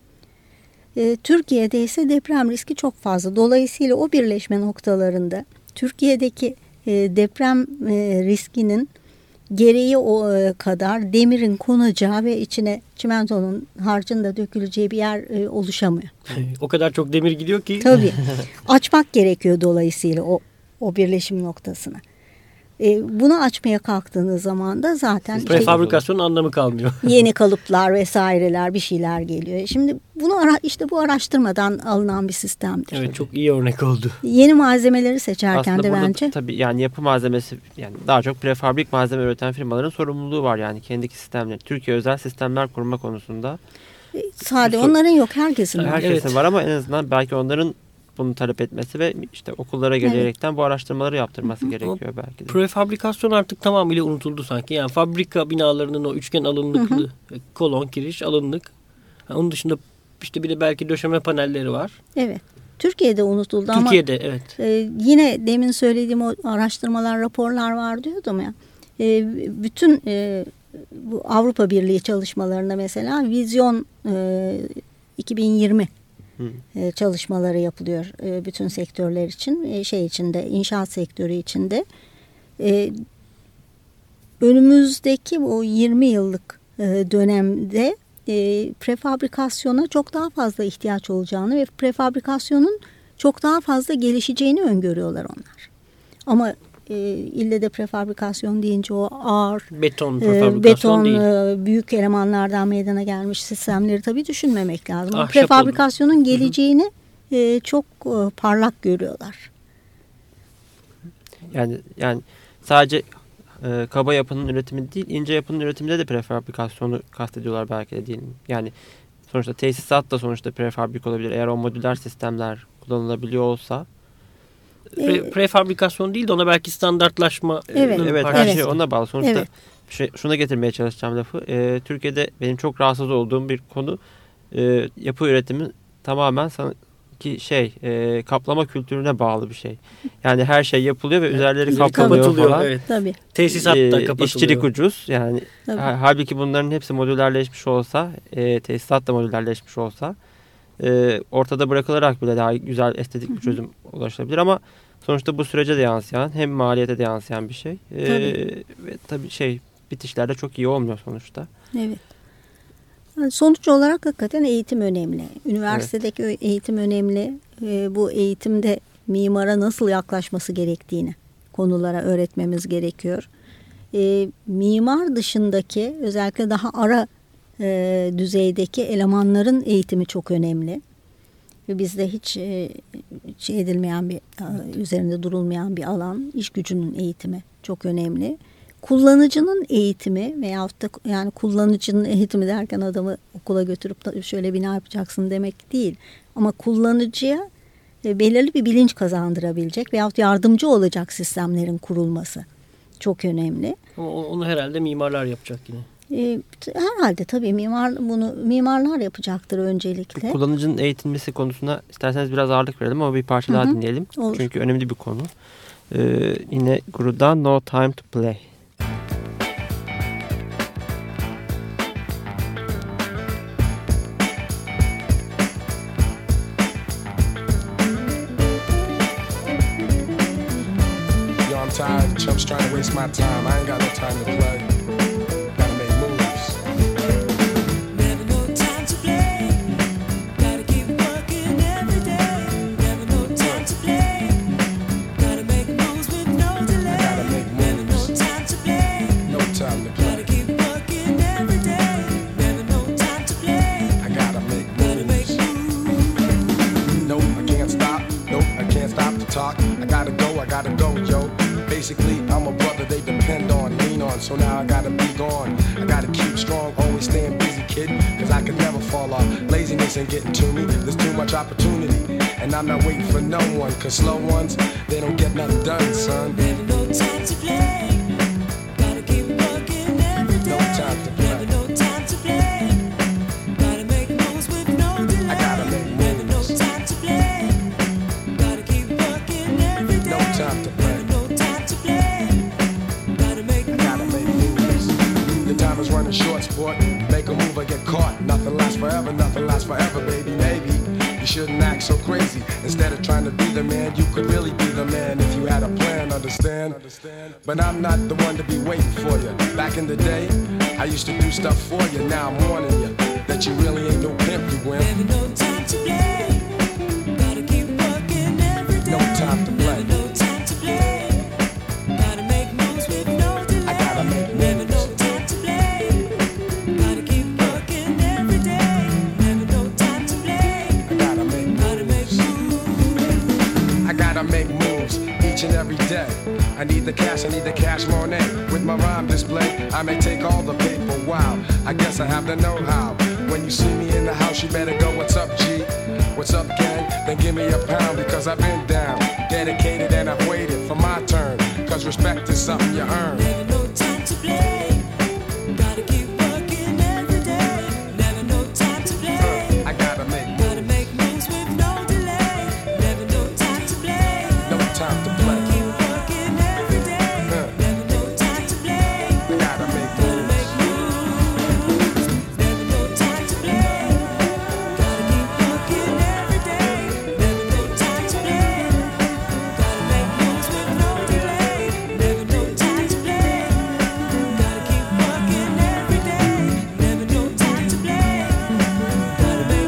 Türkiye'de ise deprem riski çok fazla. Dolayısıyla o birleşme noktalarında Türkiye'deki deprem riskinin gereği o kadar demirin konacağı ve içine çimentonun harcın da döküleceği bir yer oluşamıyor. O kadar çok demir gidiyor ki. Tabii. Açmak gerekiyor dolayısıyla o birleşim noktasını. Bunu açmaya kalktığınız zaman da zaten prefabrikasyonun anlamı kalmıyor. Yeni kalıplar vesaireler bir şeyler geliyor. Şimdi bunu bu araştırmadan alınan bir sistemdir. Evet, çok iyi örnek oldu. Yeni malzemeleri seçerken aslında de bence. Tabii yani yapı malzemesi, yani daha çok prefabrik malzeme üreten firmaların sorumluluğu var yani kendi sistemleri. Türkiye özel sistemler kurma konusunda. Sadece onların yok, herkesin var. Herkesin var ama en azından belki onların bunu talep etmesi ve işte okullara gelerekten bu araştırmaları yaptırması gerekiyor belki de. Prefabrikasyon artık tamamıyla unutuldu sanki. Yani fabrika binalarının o üçgen alınlıklı, kolon, kiriş alınlık. Yani onun dışında işte bir de belki döşeme panelleri var. Evet. Türkiye'de unutuldu ama evet. Yine demin söylediğim o araştırmalar, raporlar var diyordum ya. Bütün bu Avrupa Birliği çalışmalarında mesela Vizyon 2020 çalışmaları yapılıyor bütün sektörler için, içinde, inşaat sektörü içinde. Önümüzdeki o 20 yıllık dönemde prefabrikasyona çok daha fazla ihtiyaç olacağını ve prefabrikasyonun çok daha fazla gelişeceğini öngörüyorlar onlar. Ama ille de prefabrikasyon deyince o ağır beton değil. Büyük elemanlardan meydana gelmiş sistemleri tabii düşünmemek lazım. Prefabrikasyonun geleceğini çok parlak görüyorlar. Yani sadece kaba yapının üretimi değil, ince yapının üretiminde de prefabrikasyonu kastediyorlar belki de, değil mi? Yani sonuçta tesisat da sonuçta prefabrik olabilir. Eğer o modüler sistemler kullanılabiliyor olsa. Prefabrikasyon değil de ona belki standartlaşma. Evet, her şey ona bağlı. Sonuçta şuna getirmeye çalışacağım lafı. Türkiye'de benim çok rahatsız olduğum bir konu, yapı üretimi tamamen kaplama kültürüne bağlı bir şey. Yani her şey yapılıyor ve üzerleri kaplanıyor falan. Evet. Tabii. Tesisat da kapatılıyor. İşçilik ucuz. Yani halbuki bunların hepsi modülerleşmiş olsa, tesisat da modülerleşmiş olsa ortada bırakılarak bile daha güzel, estetik bir çözüm ulaşılabilir ama sonuçta bu sürece de yansıyan, hem maliyete de yansıyan bir şey. Ve tabii bitişlerde çok iyi olmuyor sonuçta. Evet. Sonuç olarak hakikaten eğitim önemli. Üniversitedeki eğitim önemli. Bu eğitimde mimara nasıl yaklaşması gerektiğini konulara öğretmemiz gerekiyor. Mimar dışındaki özellikle daha ara düzeydeki elemanların eğitimi çok önemli. Ve bizde hiç şey edilmeyen bir, üzerinde durulmayan bir alan, iş gücünün eğitimi çok önemli. Kullanıcının eğitimi veyahut da yani kullanıcının eğitimi derken adamı okula götürüp da şöyle bir ne yapacaksın demek değil. Ama kullanıcıya belirli bir bilinç kazandırabilecek veyahut yardımcı olacak sistemlerin kurulması çok önemli. Ama onu herhalde mimarlar yapacak yine. Herhalde tabii mimarlar yapacaktır öncelikle. Kullanıcının eğitilmesi konusuna isterseniz biraz ağırlık verelim ama bir parça daha dinleyelim. Olur. Çünkü önemli bir konu. Yine Guru'dan No Time to Play. I'm tired of chumps trying to waste my time. I ain't got no time to play. Gotta make moves. Never no time to play. Gotta keep working every day. Never no time to play. Gotta make moves with no delay. I gotta make moves. Never no time to play. No time to play. Gotta keep working every day. Never no time to play. I gotta make Gotta make moves. Nope, I can't stop. Nope, I can't stop to talk. I gotta go, yo. Basically, I'm a brother they depend on, lean on, so now I gotta be gone. I gotta keep strong, always staying busy, kid, cause I can never fall off. Laziness ain't getting to me, there's too much opportunity. And I'm not waiting for no one, cause slow ones, they don't get nothing done, son. Never no time to play. Gotta keep working every day. No time to play. Never no time to play. Gotta make moves with no delay. I gotta make moves. Never no time to play. Gotta keep working every day. No time to play. Never no time to play. Gotta make I gotta make moves. The time is running short, sport. Make a move or get caught. Nothing lasts forever, baby, maybe. You shouldn't act so crazy. Instead of trying to be the man, you could really be the man if you had a plan, understand? But I'm not the one to be waiting for you. Back in the day, I used to do stuff for you. Now I'm warning you that you really ain't no pimp, you wimp. Never no time to play. Gotta keep working every day. No time to play. Never no time to play. Gotta make moves with no delay. I gotta make Never no moves. time to play. Gotta keep working every day. Never no time to play. I gotta make Gotta make moves. I gotta make moves each and every day. I need the cash money. With my rhyme display, I may take all the paper. Wow, I guess I have the know-how. When you see me in the house, you better go, what's up, G? What's up, gang? Then give me a pound because I've been down, dedicated, and I've waited for my turn. Cause respect is something you earn. Never no time to play. Gotta keep working every day. Never no time to play. I gotta make Gotta make moves with no delay. Never no time to play. no time to play. Keep working every day. Never no time to play. I gotta make Gotta make moves. Never no time to play. Gotta keep working every day. Never no time to play. Gotta make moves with no delay. Never no time to play. Gotta keep working every day. Never no time to play. Gotta make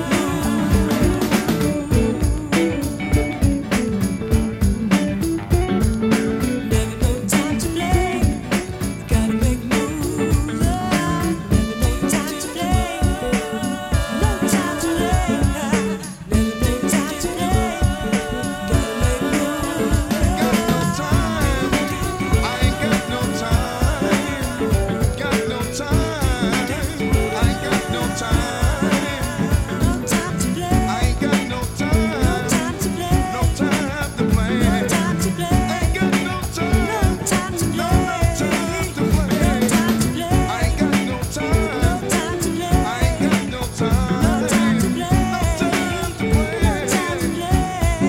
Never no time to play. Gotta make moves. Never no time to play. No time to play. Never no time to play. Gotta make moves. I ain't got no time. Got no time. I ain't got no time. No time to play. I ain't got no time. No time to play. No time to play. No time to play. Ain't got no time. No time to play. No time to play. No time to play. I ain't got no time. No time to play. I ain't got no time. No time to play. No time to play. No time to play.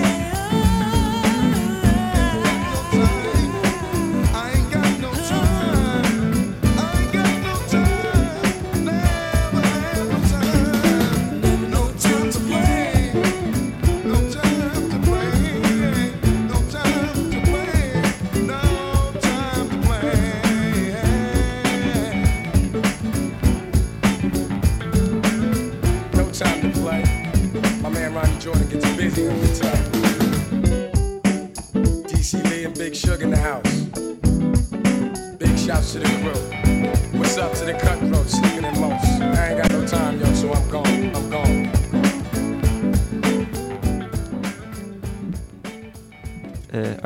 I ain't got no time. I ain't got no time. Never had no time. No time to play. No time to play. No time to play. No time to play. no time to play. My man Ronnie Jordan gets busy on guitar. DC Lee and Big Sugar in the house. Big shouts to the crew. What's up to the cutthroats, sleeping in most? I ain't got no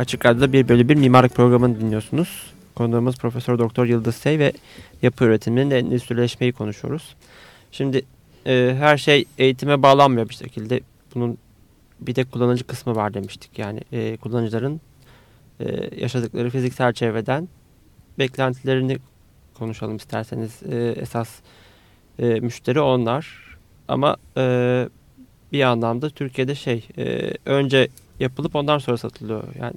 Açık Radyo'da 1/1 mimarlık programını dinliyorsunuz. Konuğumuz Profesör Doktor Yıldız Sey ve yapı üretiminin endüstrileşmeyi konuşuyoruz. Şimdi her şey eğitime bağlanmıyor bir şekilde. Bunun bir de kullanıcı kısmı var demiştik. Yani kullanıcıların yaşadıkları fiziksel çevreden beklentilerini konuşalım isterseniz. Esas müşteri onlar. Ama bir anlamda Türkiye'de önce yapılıp ondan sonra satılıyor. Yani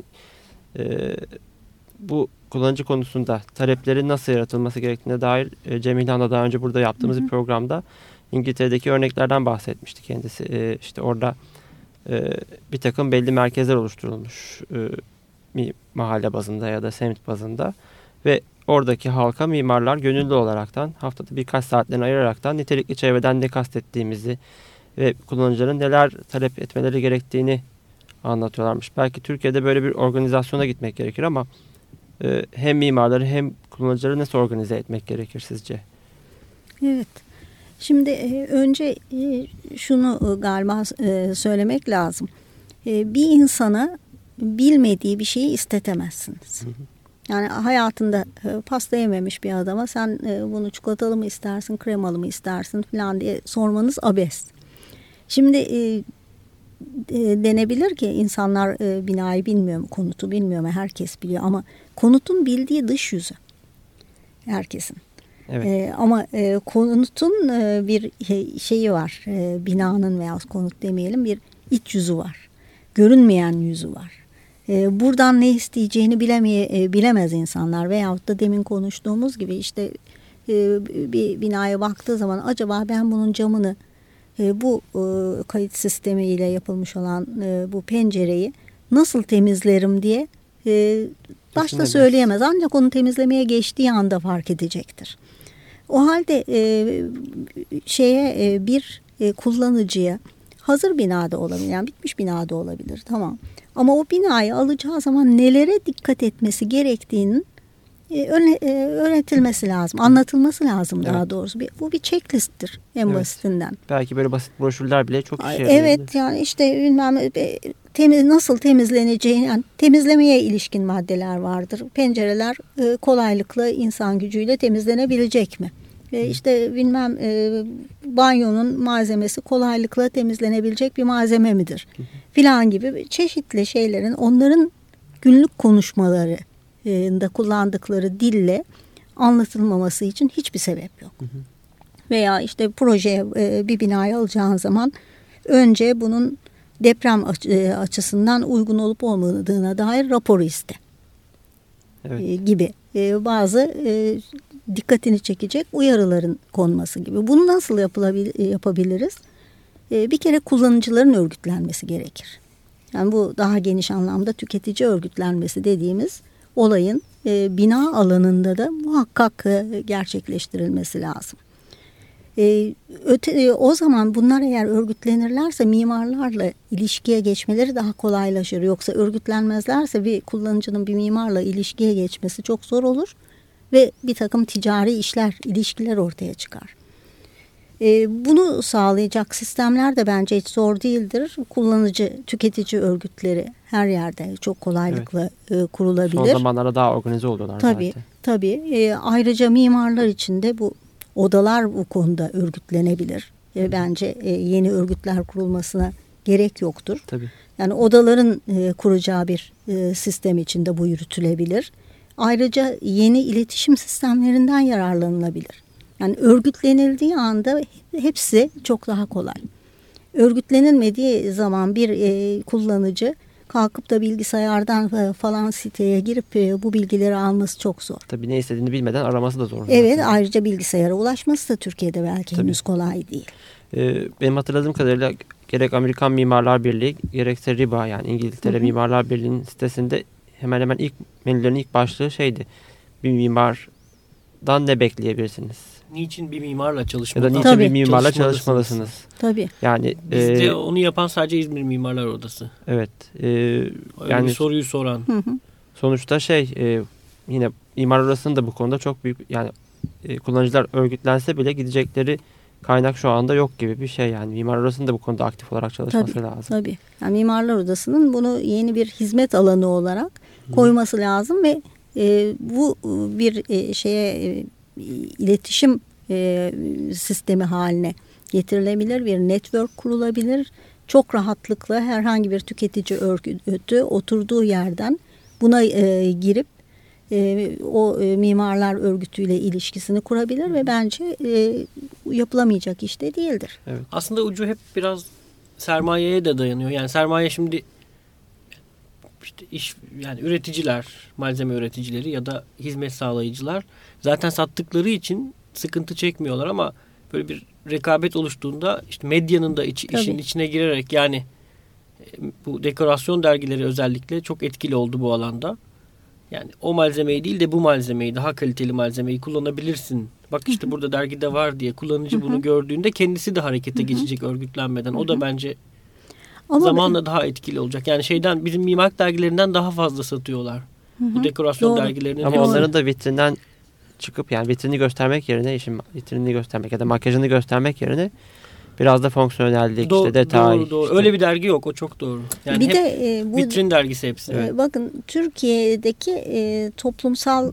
bu kullanıcı konusunda taleplerin nasıl yaratılması gerektiğine dair Cem İlhan'la daha önce burada yaptığımız bir programda İngiltere'deki örneklerden bahsetmişti kendisi. İşte orada bir takım belli merkezler oluşturulmuş mahalle bazında ya da semt bazında ve oradaki halka mimarlar gönüllü olaraktan haftada birkaç saatlerini ayıraraktan nitelikli çevreden ne kastettiğimizi ve kullanıcıların neler talep etmeleri gerektiğini anlatıyorlarmış. Belki Türkiye'de böyle bir organizasyona gitmek gerekir ama hem mimarları hem kullanıcıları nasıl organize etmek gerekir sizce? Evet. Şimdi önce şunu galiba söylemek lazım. Bir insana bilmediği bir şeyi istetemezsiniz. Yani hayatında pasta yememiş bir adama sen bunu çikolatalı mı istersin, kremalı mı istersin falan diye sormanız abes. Şimdi denebilir ki insanlar binayı bilmiyor mu, konutu bilmiyor mu? Herkes biliyor ama konutun bildiği dış yüzü herkesin. Evet. Ama konutun bir şeyi var. Binanın veya konut demeyelim bir iç yüzü var. Görünmeyen yüzü var. Buradan ne isteyeceğini bilemez insanlar veyahut da demin konuştuğumuz gibi işte bir binaya baktığı zaman acaba ben bunun camını bu kayıt sistemiyle yapılmış olan bu pencereyi nasıl temizlerim diye başta söyleyemez. Ancak onu temizlemeye geçtiği anda fark edecektir. O halde bir kullanıcıya hazır binada olabilir, yani bitmiş binada olabilir, tamam. Ama o binayı alacağı zaman nelere dikkat etmesi gerektiğinin öğretilmesi lazım, anlatılması lazım daha doğrusu. Bu bir checklist'tir en basitinden. Belki böyle basit broşürler bile çok işe yarayabilir. Evet, yani işte bilmem nasıl temizleneceğini, yani temizlemeye ilişkin maddeler vardır. Pencereler kolaylıkla insan gücüyle temizlenebilecek mi? İşte bilmem banyonun malzemesi kolaylıkla temizlenebilecek bir malzeme midir? Filan gibi çeşitli şeylerin onların günlük konuşmalarında kullandıkları dille anlatılmaması için hiçbir sebep yok. Veya işte projeye bir binayı alacağın zaman önce bunun deprem açısından uygun olup olmadığına dair raporu iste. Evet. Gibi bazı dikkatini çekecek uyarıların konması gibi. Bunu nasıl yapabiliriz? Bir kere kullanıcıların örgütlenmesi gerekir. Yani bu daha geniş anlamda tüketici örgütlenmesi dediğimiz olayın bina alanında da muhakkak gerçekleştirilmesi lazım. O zaman bunlar eğer örgütlenirlerse mimarlarla ilişkiye geçmeleri daha kolaylaşır. Yoksa örgütlenmezlerse bir kullanıcının bir mimarla ilişkiye geçmesi çok zor olur ve bir takım ticari ilişkiler ortaya çıkar. Bunu sağlayacak sistemler de bence hiç zor değildir. Tüketici örgütleri her yerde çok kolaylıkla kurulabilir. Son zamanlarda daha organize oluyorlar zaten. Tabii. Ayrıca mimarlar için de bu odalar bu konuda örgütlenebilir. Bence yeni örgütler kurulmasına gerek yoktur. Tabii. Yani odaların kuracağı bir sistem içinde bu yürütülebilir. Ayrıca yeni iletişim sistemlerinden yararlanılabilir. Yani örgütlenildiği anda hepsi çok daha kolay. Örgütlenilmediği zaman bir kullanıcı kalkıp da bilgisayardan falan siteye girip bu bilgileri alması çok zor. Tabii ne istediğini bilmeden araması da zor. Evet, ayrıca bilgisayara ulaşması da Türkiye'de belki henüz kolay değil. Benim hatırladığım kadarıyla gerek Amerikan Mimarlar Birliği gerekse RIBA yani İngiltere Mimarlar Birliği'nin sitesinde hemen hemen ilk menülerin ilk başlığı şeydi. Bir mimardan ne bekleyebilirsiniz? Niçin bir mimarla çalışmalısınız? Ya da niçin bir mimarla çalışmalısınız? Tabii. Yani bizde onu yapan sadece İzmir Mimarlar Odası. Evet. Yani soruyu soran. Sonuçta yine Mimarlar Odası'nın da bu konuda çok büyük yani kullanıcılar örgütlense bile gidecekleri kaynak şu anda yok gibi bir şey yani. Mimarlar Odası'nın da bu konuda aktif olarak çalışması lazım. Tabii. Yani Mimarlar Odası'nın bunu yeni bir hizmet alanı olarak koyması lazım ve bu bir iletişim sistemi haline getirilebilir, bir network kurulabilir. Çok rahatlıkla herhangi bir tüketici örgütü oturduğu yerden buna girip o mimarlar örgütüyle ilişkisini kurabilir ve bence yapılamayacak iş de değildir. Evet. Aslında ucu hep biraz sermayeye de dayanıyor. Yani sermaye şimdi işte yani üreticiler, malzeme üreticileri ya da hizmet sağlayıcılar zaten sattıkları için sıkıntı çekmiyorlar ama böyle bir rekabet oluştuğunda işte medyanın da işin içine girerek yani bu dekorasyon dergileri özellikle çok etkili oldu bu alanda. Yani o malzemeyi değil de bu malzemeyi, daha kaliteli malzemeyi kullanabilirsin. Bak işte burada dergide var diye kullanıcı bunu gördüğünde kendisi de harekete geçecek örgütlenmeden. O da bence zamanla daha etkili olacak. Yani bizim mimarlık dergilerinden daha fazla satıyorlar. Bu dekorasyon dergilerinin. Ama onların da vitrinden çıkıp yani vitrini göstermek yerine işin vitrinini göstermek ya da makyajını göstermek yerine biraz da fonksiyonellik, işte detay. Doğru. İşte. Öyle bir dergi yok. O çok doğru. Yani bir hep de bu vitrin dergisi hepsi. Evet. Bakın Türkiye'deki toplumsal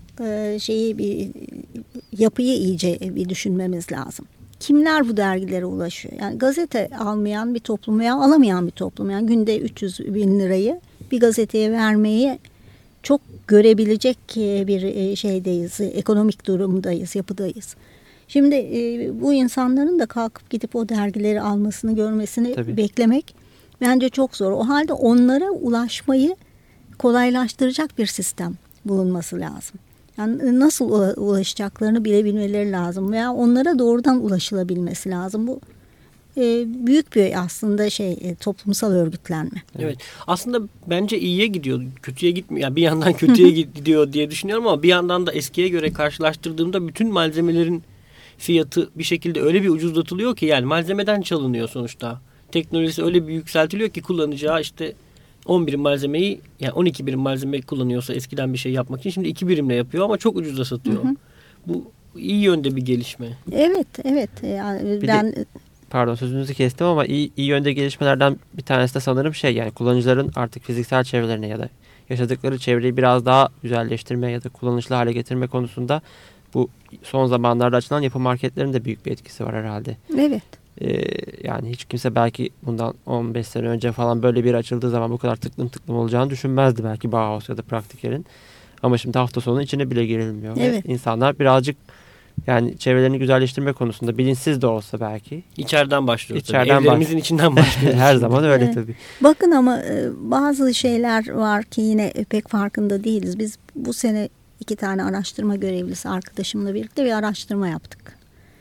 yapıyı iyice bir düşünmemiz lazım. Kimler bu dergilere ulaşıyor? Yani gazete almayan bir toplum veya alamayan bir toplum. Yani günde 300 bin lirayı bir gazeteye vermeyi çok görebilecek bir şeydeyiz. Ekonomik durumdayız, yapıdayız. Şimdi bu insanların da kalkıp gidip o dergileri almasını, görmesini beklemek bence çok zor. O halde onlara ulaşmayı kolaylaştıracak bir sistem bulunması lazım. Yani nasıl ulaşacaklarını bilebilmeleri lazım veya onlara doğrudan ulaşılabilmesi lazım. Bu büyük bir aslında toplumsal örgütlenme. Evet. Aslında bence iyiye gidiyor, kötüye gitmiyor. Yani bir yandan kötüye gidiyor diye düşünüyorum ama bir yandan da eskiye göre karşılaştırdığımda bütün malzemelerin fiyatı bir şekilde öyle bir ucuzlatılıyor ki yani malzemeden çalınıyor sonuçta. Teknolojisi öyle bir yükseltiliyor ki kullanacağı işte 10 birim malzemeyi yani 12 birim malzeme kullanıyorsa eskiden bir şey yapmak için şimdi 2 birimle yapıyor ama çok ucuza satıyor. Bu iyi yönde bir gelişme. Evet. Yani Pardon sözünüzü kestim ama iyi yönde gelişmelerden bir tanesi de sanırım yani kullanıcıların artık fiziksel çevrelerine ya da yaşadıkları çevreyi biraz daha güzelleştirme ya da kullanışlı hale getirme konusunda bu son zamanlarda açılan yapı marketlerinin de büyük bir etkisi var herhalde. Evet. Yani hiç kimse belki bundan 15 sene önce falan böyle bir açıldığı zaman bu kadar tıklım olacağını düşünmezdi belki Bauhaus ya da Praktiker'in. Ama şimdi hafta sonu içine bile girilmiyor. Evet. İnsanlar birazcık yani çevrelerini güzelleştirme konusunda bilinçsiz de olsa belki. İçeriden başlıyoruz. Evlerimizin içinden başlıyoruz. Her zaman öyle tabii. Bakın ama bazı şeyler var ki yine pek farkında değiliz. Biz bu sene 2 tane araştırma görevlisi arkadaşımla birlikte bir araştırma yaptık.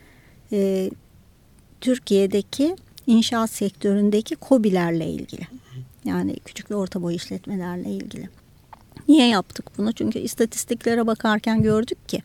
Türkiye'deki inşaat sektöründeki KOBİ'lerle ilgili. Yani küçük ve orta boy işletmelerle ilgili. Niye yaptık bunu? Çünkü istatistiklere bakarken gördük ki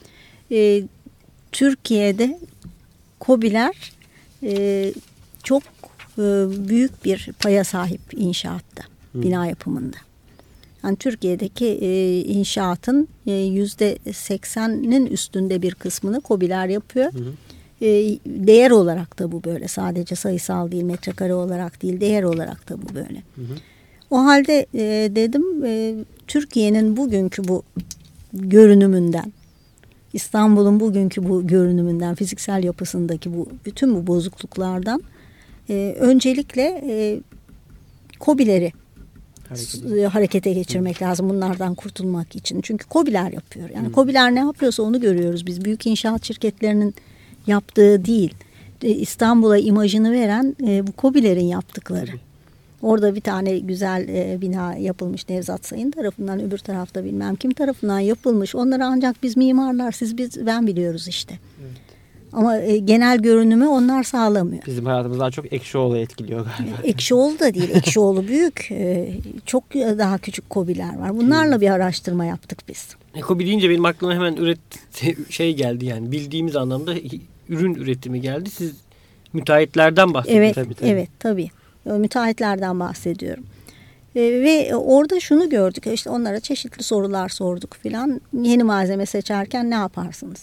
Türkiye'de KOBİ'ler çok büyük bir paya sahip inşaatta, bina yapımında. Yani Türkiye'deki inşaatın %80'nin üstünde bir kısmını KOBİ'ler yapıyor. Değer olarak da bu böyle. Sadece sayısal değil, metrekare olarak değil, değer olarak da bu böyle. O halde dedim Türkiye'nin bugünkü bu görünümünden, İstanbul'un bugünkü bu görünümünden, fiziksel yapısındaki bütün bu bozukluklardan öncelikle KOBİ'leri harekete geçirmek lazım bunlardan kurtulmak için. Çünkü KOBİ'ler yapıyor. Yani KOBİ'ler ne yapıyorsa onu görüyoruz biz. Büyük inşaat şirketlerinin yaptığı değil. İstanbul'a imajını veren bu KOBİ'lerin yaptıkları. Orada bir tane güzel bina yapılmış Nevzat Sayın tarafından, öbür tarafta bilmem kim tarafından yapılmış. Onları ancak biz mimarlar, ben biliyoruz işte. Evet. Ama genel görünümü onlar sağlamıyor. Bizim hayatımız daha çok Ekşioğlu etkiliyor galiba. Ekşioğlu da değil. Ekşioğlu büyük. Çok daha küçük KOBİ'ler var. Bunlarla bir araştırma yaptık biz. KOBİ deyince benim aklıma hemen geldi yani. Bildiğimiz anlamda ürün üretimi geldi. Siz müteahhitlerden bahsediyorsunuz. Evet, evet tabii. Müteahhitlerden bahsediyorum. Ve orada şunu gördük. İşte onlara çeşitli sorular sorduk filan. Yeni malzeme seçerken ne yaparsınız?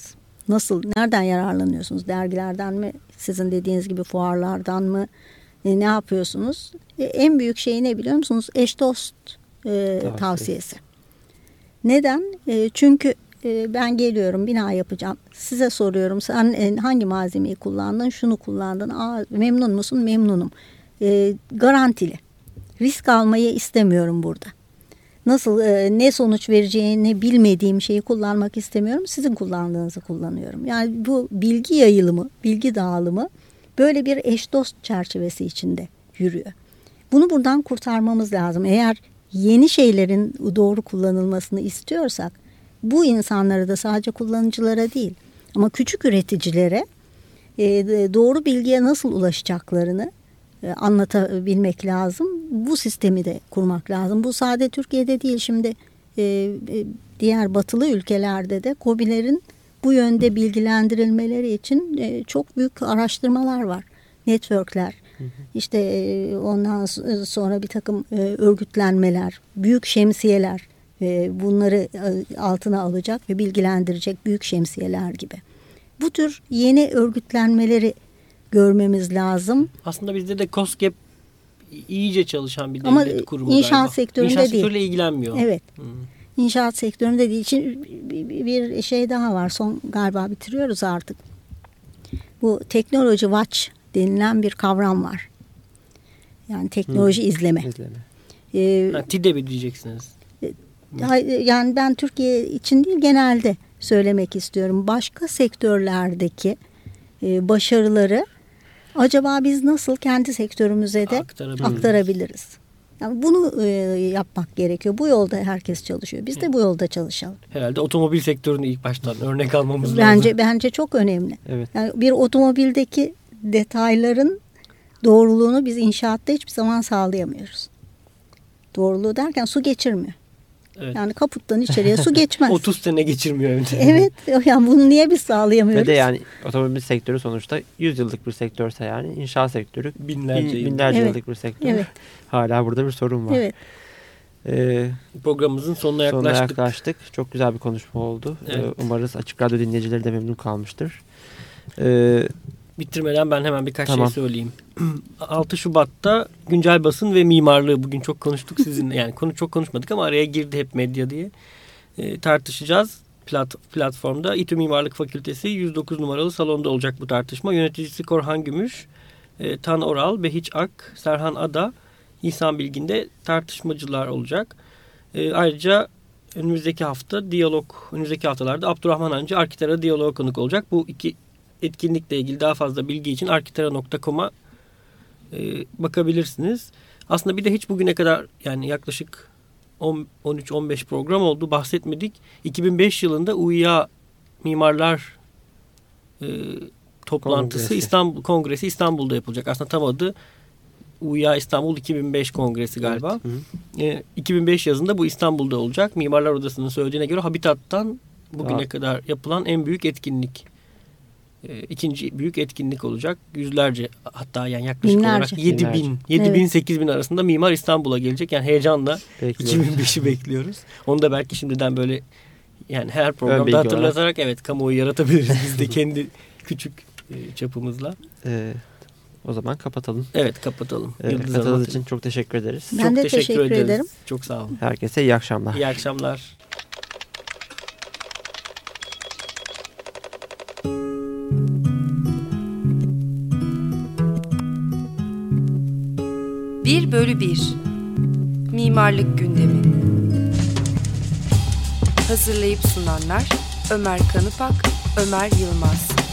Nasıl, nereden yararlanıyorsunuz? Dergilerden mi? Sizin dediğiniz gibi fuarlardan mı? Ne yapıyorsunuz? En büyük şey ne biliyor musunuz? Eş dost tavsiyesi. Neden? Çünkü ben geliyorum, bina yapacağım. Size soruyorum, sen hangi malzemeyi kullandın? Şunu kullandın. Memnun musun? Memnunum. Garantili. Risk almayı istemiyorum burada. Nasıl, ne sonuç vereceğini bilmediğim şeyi kullanmak istemiyorum. Sizin kullandığınızı kullanıyorum. Yani bu bilgi yayılımı, bilgi dağılımı böyle bir eş dost çerçevesi içinde yürüyor. Bunu buradan kurtarmamız lazım. Eğer yeni şeylerin doğru kullanılmasını istiyorsak, bu insanlara da sadece kullanıcılara değil ama küçük üreticilere doğru bilgiye nasıl ulaşacaklarını anlatabilmek lazım. Bu sistemi de kurmak lazım. Bu sadece Türkiye'de değil, şimdi diğer batılı ülkelerde de KOBİ'lerin bu yönde bilgilendirilmeleri için çok büyük araştırmalar var. Networkler, işte ondan sonra bir takım örgütlenmeler, büyük şemsiyeler, bunları altına alacak ve bilgilendirecek büyük şemsiyeler gibi. Bu tür yeni örgütlenmeleri görmemiz lazım. Aslında bizde de KOSGEB iyice çalışan bir ama devlet kurumu inşaat galiba. sektöründe İnşaat değil. sektörüyle ilgilenmiyor. Evet. İnşaat sektöründe değil. Için bir şey daha var. Son galiba bitiriyoruz artık. Bu Technology Watch denilen bir kavram var. Yani teknoloji izleme. TİDEB'i diyeceksiniz. Yani ben Türkiye için değil, genelde söylemek istiyorum. Başka sektörlerdeki başarıları acaba biz nasıl kendi sektörümüze de aktarabiliriz? Yani bunu yapmak gerekiyor. Bu yolda herkes çalışıyor. Biz de bu yolda çalışalım. Herhalde otomobil sektörünü ilk baştan örnek almamız lazım. Bence çok önemli. Evet. Yani bir otomobildeki detayların doğruluğunu biz inşaatta hiçbir zaman sağlayamıyoruz. Doğruluğu derken su geçirmiyor. Evet. Yani kaputtan içeriye su geçmez. 30 sene geçirmiyor hem de. Evet. Yani bunu niye biz sağlayamıyoruz? Ve de yani otomobil sektörü sonuçta 100 yıllık bir sektörse, yani inşaat sektörü binlerce Evet. yıllık bir sektör. Evet. Hala burada bir sorun var. Evet. Programımızın sonuna yaklaştık. Çok güzel bir konuşma oldu. Evet. Umarız Açık Radyo dinleyicileri de memnun kalmıştır. Bitirmeden ben hemen birkaç şey söyleyeyim. 6 Şubat'ta güncel basın ve mimarlığı, bugün çok konuştuk sizinle. Yani çok konuşmadık ama araya girdi hep medya diye. Tartışacağız platformda. İTÜ Mimarlık Fakültesi 109 numaralı salonda olacak bu tartışma. Yöneticisi Korhan Gümüş, Tan Oral, Behiç Ak, Serhan Ada, İhsan Bilgin'de tartışmacılar olacak. Ayrıca önümüzdeki haftalarda Abdurrahman Hancı Arkitera Diyaloğa konuk olacak. Bu iki etkinlikle ilgili daha fazla bilgi için arkitera.com'a bakabilirsiniz. Aslında bir de hiç bugüne kadar, yani yaklaşık 13-15 program oldu, bahsetmedik. 2005 yılında UİA Mimarlar toplantısı Kongresi İstanbul'da yapılacak. Aslında tam adı UİA İstanbul 2005 Kongresi galiba. Evet. 2005 yazında bu İstanbul'da olacak. Mimarlar Odası'nın söylediğine göre Habitat'tan bugüne kadar yapılan en büyük etkinlik. İkinci büyük etkinlik olacak. Yüzlerce, hatta yani yaklaşık olarak 7 bin arasında mimar İstanbul'a gelecek. Yani heyecanla 2005'i bekliyoruz. Onu da belki şimdiden böyle, yani her programda hatırlatarak kamuoyu yaratabiliriz biz de kendi küçük çapımızla. O zaman kapatalım. Evet, kapatalım. Katıldığınız için çok teşekkür ederiz. Ben de teşekkür ederim. Çok sağ olun. Herkese iyi akşamlar. İyi akşamlar. Bir bölü bir. Mimarlık gündemi. Hazırlayıp sunanlar Ömer Kanıpak, Ömer Yılmaz.